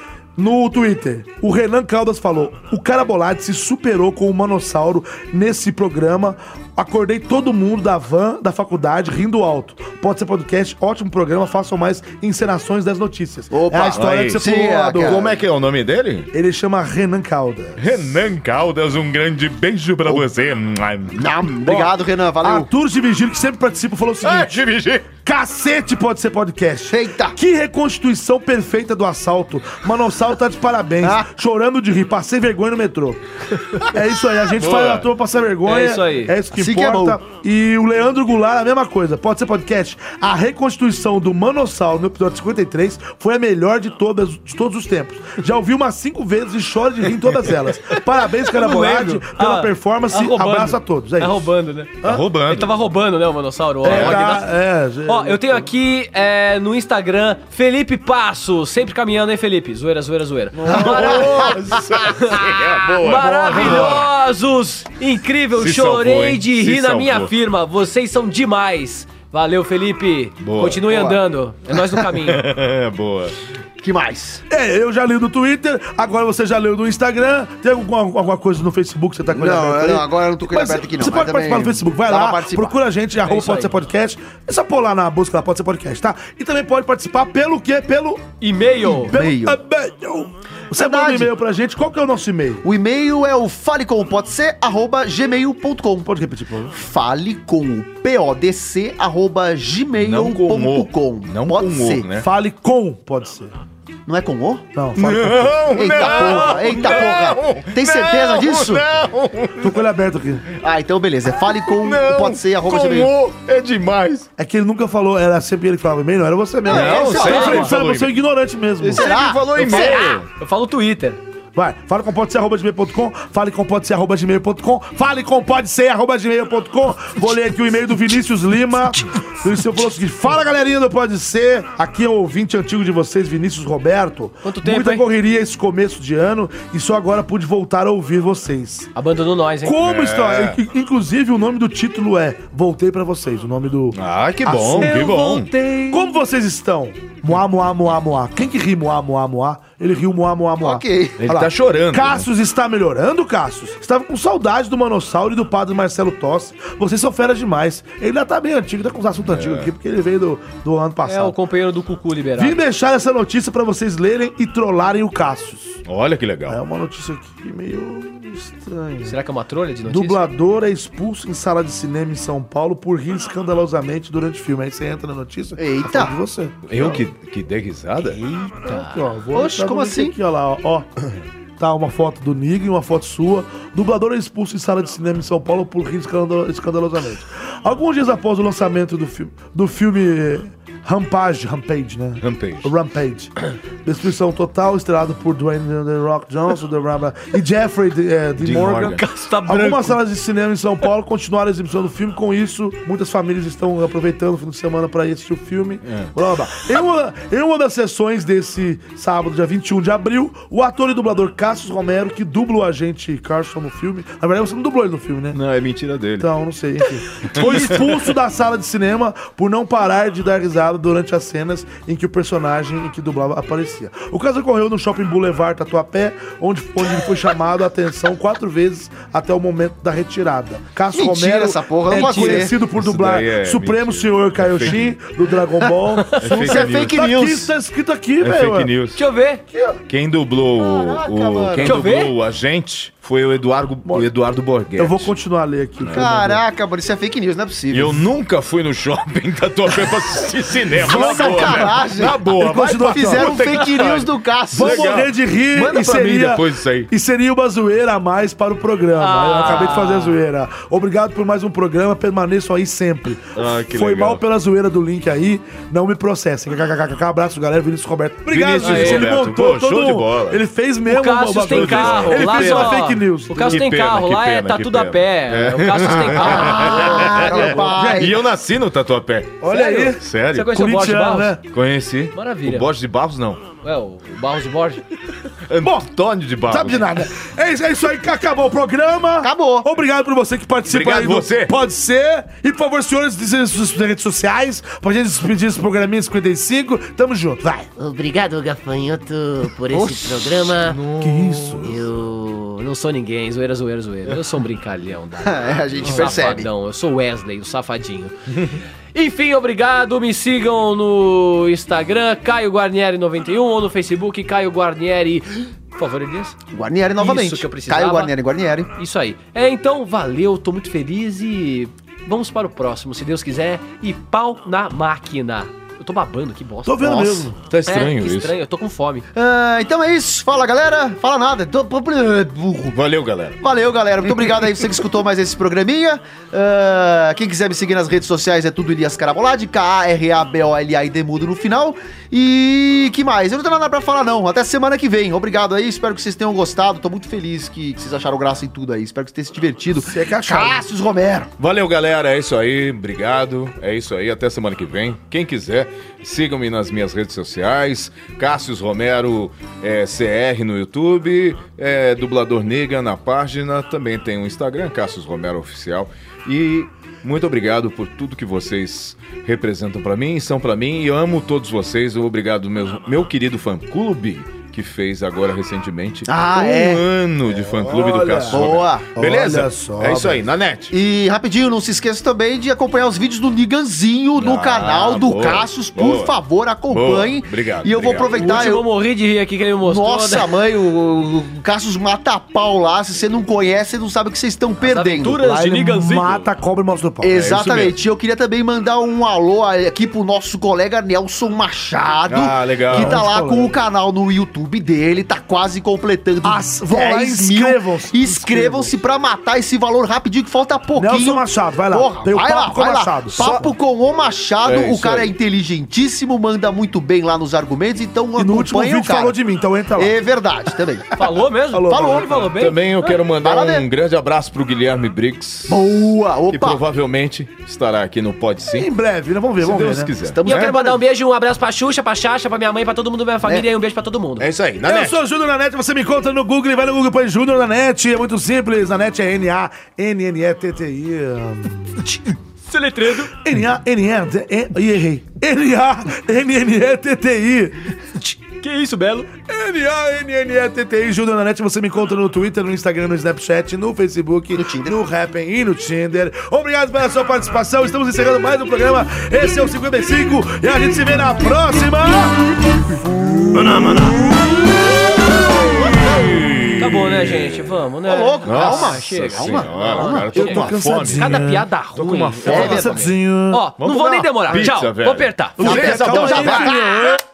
no Twitter, o Renan Caldas falou: o Carabolade se superou com o Manossauro nesse programa. Acordei todo mundo da van da faculdade rindo alto. Pode ser podcast, ótimo programa. Façam mais encenações das notícias. Opa, é a história aí. que você Sim, falou lá é do... aquela- Como é que é o nome dele? Ele chama Renan Caldas. Renan Caldas, um grande beijo pra você. Não, obrigado, Renan, valeu. Arthur de Vigílio, que sempre participa, falou o Ah, seguinte: dirigir. cacete pode ser podcast. Eita. Que reconstituição perfeita do assalto. Manossauro tá de parabéns. Ah. Chorando de rir. Passei vergonha no metrô. É isso aí. A gente Boa. faz a turma passar vergonha. É isso aí. É isso que Assim que é importa. bom. E o Leandro Goulart, a mesma coisa. Pode ser podcast. A reconstituição do Manossauro no episódio 53 foi a melhor de todos os tempos. Já ouvi umas 5 vezes e choro de rir em todas elas. Parabéns, Carabolade, lembro. pela performance. Tá roubando. Abraço a todos. É Tá isso. roubando, né? Tá roubando. Ele tava roubando, né, o Manossauro? É, Ó, tá, Ó, eu tenho aqui no Instagram Felipe Passo, sempre caminhando, hein, Felipe? Zoeira, zoeira, zoeira. Nossa, é boa. Maravilhosos! Incrível, Se chorei salvou, hein? de Se rir na salvou. minha firma. Vocês são demais. Valeu, Felipe. Boa. Continue Boa. andando. É nós no caminho. Boa. Que mais? Eu já li do Twitter, agora você já leu do Instagram. Tem alguma coisa no Facebook que você tá com ele Não, aberto aí? não, agora eu não tô com ele Mas aberto aqui, não, Você mas pode participar também no Facebook, vai dá pra lá, participar. procura a gente, arroba isso Pode aí. Ser Podcast. É só pôr lá na busca, lá, Pode Ser Podcast, tá? E também pode participar pelo quê? Pelo E-mail. E-mail. e-mail. Você manda um Verdade. e-mail pra gente, qual que é o nosso e-mail? O e-mail é o falecompodc@gmail.com. Pode repetir, por favor. Fale com o PODC@gmail.com. Não com o. Não Pode com o, ser. né? Fale com, pode ser. Não é com o? Não, fala com... Eita porra. Tem certeza disso? Não. Tô com ele aberto aqui. Ah, então beleza. Fale com pode ser, arroba com gmail. o é demais. É que ele nunca falou, era sempre ele que falava e-mail, não era você mesmo. Não, sempre falou Você é ignorante mesmo. Ele falou e-mail. Eu falo Twitter. Vai, fale com pode-ser@gmail.com, fale com pode-ser@gmail.com, fale com pode-ser@gmail.com. Vou ler aqui o e-mail do Vinícius Lima. O Vinícius falou o seguinte: fala galerinha do Pode Ser, aqui é o ouvinte antigo de vocês, Vinícius Roberto. Quanto tempo, Muita hein? correria esse começo de ano e só agora pude voltar a ouvir vocês. Abandonou nós, hein? Como estão? Inclusive o nome do título é Voltei Pra Vocês, o nome do... Ah, que bom, que bom. Como vocês estão? Moá, moá, moá, moá. Quem que ri moá, moá, moá? Ele riu moá, moá, moá. Ok. Ele tá chorando. Cassius está melhorando, Cassius? Estava com saudade do Manossauro e do padre Marcelo Tossi. Vocês são feras demais. Ele ainda tá bem antigo, tá com os assuntos antigos aqui, porque ele veio do ano É passado. o companheiro do Cucu liberado. Vim deixar essa notícia pra vocês lerem e trollarem o Cassius. Olha que É legal. uma notícia aqui meio estranha. Será que é uma trolha de notícia? Dublador é expulso em sala de cinema em São Paulo por rir escandalosamente durante o filme. Aí você entra na notícia. Eita. tá falando de você. Eu que dei risada? Aqui, ó, vou Oxe, mostrar como no link assim? Aqui, ó lá, ó. Tá uma foto do Nigo e uma foto sua. Dublador é expulso em sala de cinema em São Paulo por rir escandalosamente. Alguns dias após o lançamento do filme Rampage, né? Rampage. Descrição total, estrelado por Dwayne The Rock Johnson e Jeffrey D. Morgan. Tá Algumas salas de cinema em São Paulo continuaram a exibição do filme. Com isso, muitas famílias estão aproveitando o fim de semana para assistir o filme. Blá, blá, blá. Em uma das sessões desse sábado, dia 21 de abril, o ator e dublador Cassius Romero, que dubla o agente Carson no filme... Na verdade, você não dublou ele no filme, né? Não, é mentira dele. Então, não sei, enfim. Foi expulso da sala de cinema por não parar de dar risada durante as cenas em que o personagem em que dublava aparecia. O caso ocorreu no Shopping Boulevard Tatuapé, onde ele foi chamado a atenção 4 vezes até o momento da retirada. Cassius Mentira, Romero essa porra, não é pode ser. conhecido por Isso dublar daí é Supremo mentira. Senhor Kaioshin, do Dragon Ball. Isso é fake Tá news. aqui, tá escrito aqui, É velho. fake news. Deixa eu ver. Quem dublou mano. quem Deixa eu ver. dublou o agente foi o Eduardo Borghetti. Eu vou continuar a ler aqui. Caraca, mano, isso é fake news, não é E possível. eu nunca fui no shopping Tatuapé pra assistir cinema. Sacanagem. Na boa. Ele continua aqui, ó. Fizeram Puta que fake pariu. news do Cássio. Vamos Legal. morrer de rir Manda e pra mim seria, depois disso aí. e seria uma zoeira a mais para o programa. Ah. Eu acabei de fazer a zoeira. Obrigado por mais um programa, permaneçam aí sempre. Ah, que Foi legal. mal pela zoeira do link aí, não me processem. KKKK, abraço, galera. Vinícius Roberto. Obrigado, Vinícius gente. Ele Roberto. montou Pô, show de bola. Ele fez mesmo O Cassius tem carro. Ele Lá fez só... uma fake news. O Cassius Que tem pena, carro. que Lá pena, tá que tudo a pena. pé. O Cassius tem carro. Ah, meu pai. E eu nasci no Tatuapé. Olha aí. Sério? Você conheceu o Borges de Corintiano, Barros? né? Conheci. Maravilha. O Borges de Barros, não. Ué, o Barros de Borges. Antônio de Barros. Sabe de nada. É isso aí que acabou o programa. Acabou. Obrigado por você que participa Obrigado aí do você. Pode Ser. E por favor, senhores, dizem suas redes sociais, pra gente despedir esse programinha 55. Tamo junto, vai. Obrigado, Gafanhoto, por esse programa. Que isso? Eu não sou ninguém. Zoeira, zoeira, zoeira. Eu sou um brincalhão. É, a gente percebe. Safadão. Eu sou Wesley, o safadinho. Enfim, obrigado. Me sigam no Instagram, Caio Guarnieri91, ou no Facebook, Caio Guarnieri. Por favor, Elias. Guarnieri novamente. Isso que eu precisava. Caio Guarnieri. Isso aí. Então, valeu, tô muito feliz e vamos para o próximo, se Deus quiser. E pau na máquina. Eu tô babando, que bosta. Tô vendo Nossa. mesmo. Tá estranho que isso. estranho, eu tô com fome. Então é isso. Fala, galera. Fala nada. Burro. Valeu, galera. Valeu, galera. Muito obrigado aí você que escutou mais esse programinha. Quem quiser me seguir nas redes sociais é tudo Elias Carabolade, K-A-R-A-B-O-L-A e Demudo no final. E que mais? Eu não tenho nada pra falar, não. Até semana que vem. Obrigado aí. Espero que vocês tenham gostado. Tô muito feliz que vocês acharam graça em tudo aí. Espero que vocês tenham se divertido. Você que acharam. Cássius Romero. Valeu, galera. É isso aí. Obrigado. É isso aí. Até semana que vem. Quem quiser, sigam-me nas minhas redes sociais. Cassius Romero CR no YouTube. Dublador Nega na página. Também tem um Instagram, Cassius Romero Oficial. E muito obrigado por tudo que vocês representam pra mim, são pra mim. E eu amo todos vocês. Obrigado, meu querido fã-clube. que fez agora recentemente é. ano de fã-clube do Caçuga. Boa. Beleza? Olha só, É isso aí, Nanete. E rapidinho, não se esqueça também de acompanhar os vídeos do Niganzinho no canal do boa, Cassius. Por boa. favor, acompanhe. Boa, obrigado, E eu vou obrigado. aproveitar. Eu morri de rir aqui que ele me mostrou. Nossa, mãe, o Cassius mata pau lá. Se você não conhece, você não sabe o que vocês estão perdendo. aventuras Lá de ele Niganzinho. mata a cobra e mostra o pau. Exatamente. Eu queria também mandar um alô aqui pro nosso colega Nelson Machado. Ah, legal. Que tá lá Nosso com colega. o canal no YouTube dele. Tá quase completando vão lá, 10 mil. inscrevam-se. Inscrevam-se pra matar esse valor rapidinho, que falta pouquinho. Nelson Machado, vai lá. Porra, Tem o vai Papo lá, com o vai lá. Machado. Papo com o Machado. É O isso cara aí. é inteligentíssimo, manda muito bem lá nos argumentos. Então E no último acompanha o vídeo cara. falou de mim, então entra lá. É verdade, também. Falou mesmo? Falou. Ele falou bem? Também eu quero mandar Vai lá um ver. grande abraço pro Guilherme Briggs, Boa, que opa. provavelmente estará aqui no Pod Sim, Em breve, né? Vamos ver, se vamos Deus ver, né? quiser. Estamos E eu né? quero mandar um beijo e um abraço pra Xuxa, pra Xaxa, pra minha mãe, pra todo mundo da minha família e um beijo pra todo mundo. É isso aí, Eu Nanete. sou o Júnior Nanete, você me encontra no Google, vai no Google, põe Júnior Nanete, é muito simples, Nanete é N-A-N-N-E-T-T-I. Seletredo. Errei. N-A-N-N-E-T-T-I. Que isso, Belo? N-A-N-N-E-T-T-I, Júnior Nanete, você me encontra no Twitter, no Instagram, no Snapchat, no Facebook, no Happn e no Tinder. Obrigado pela sua participação, estamos encerrando mais um programa, esse é o 55 e a gente se vê na próxima! Tá bom, né, gente? Vamos, né? Ô, louco, calma. Chega. Calma. Cara, tô Eu com tô uma fome. cansadinho. Cada piada ruim. Tô com uma Eu fome. tô cansadinho. Ó, não vou nem demorar. pizza, Tchau. velho. Vou apertar. Beleza, Calma então já aí, vai. filho.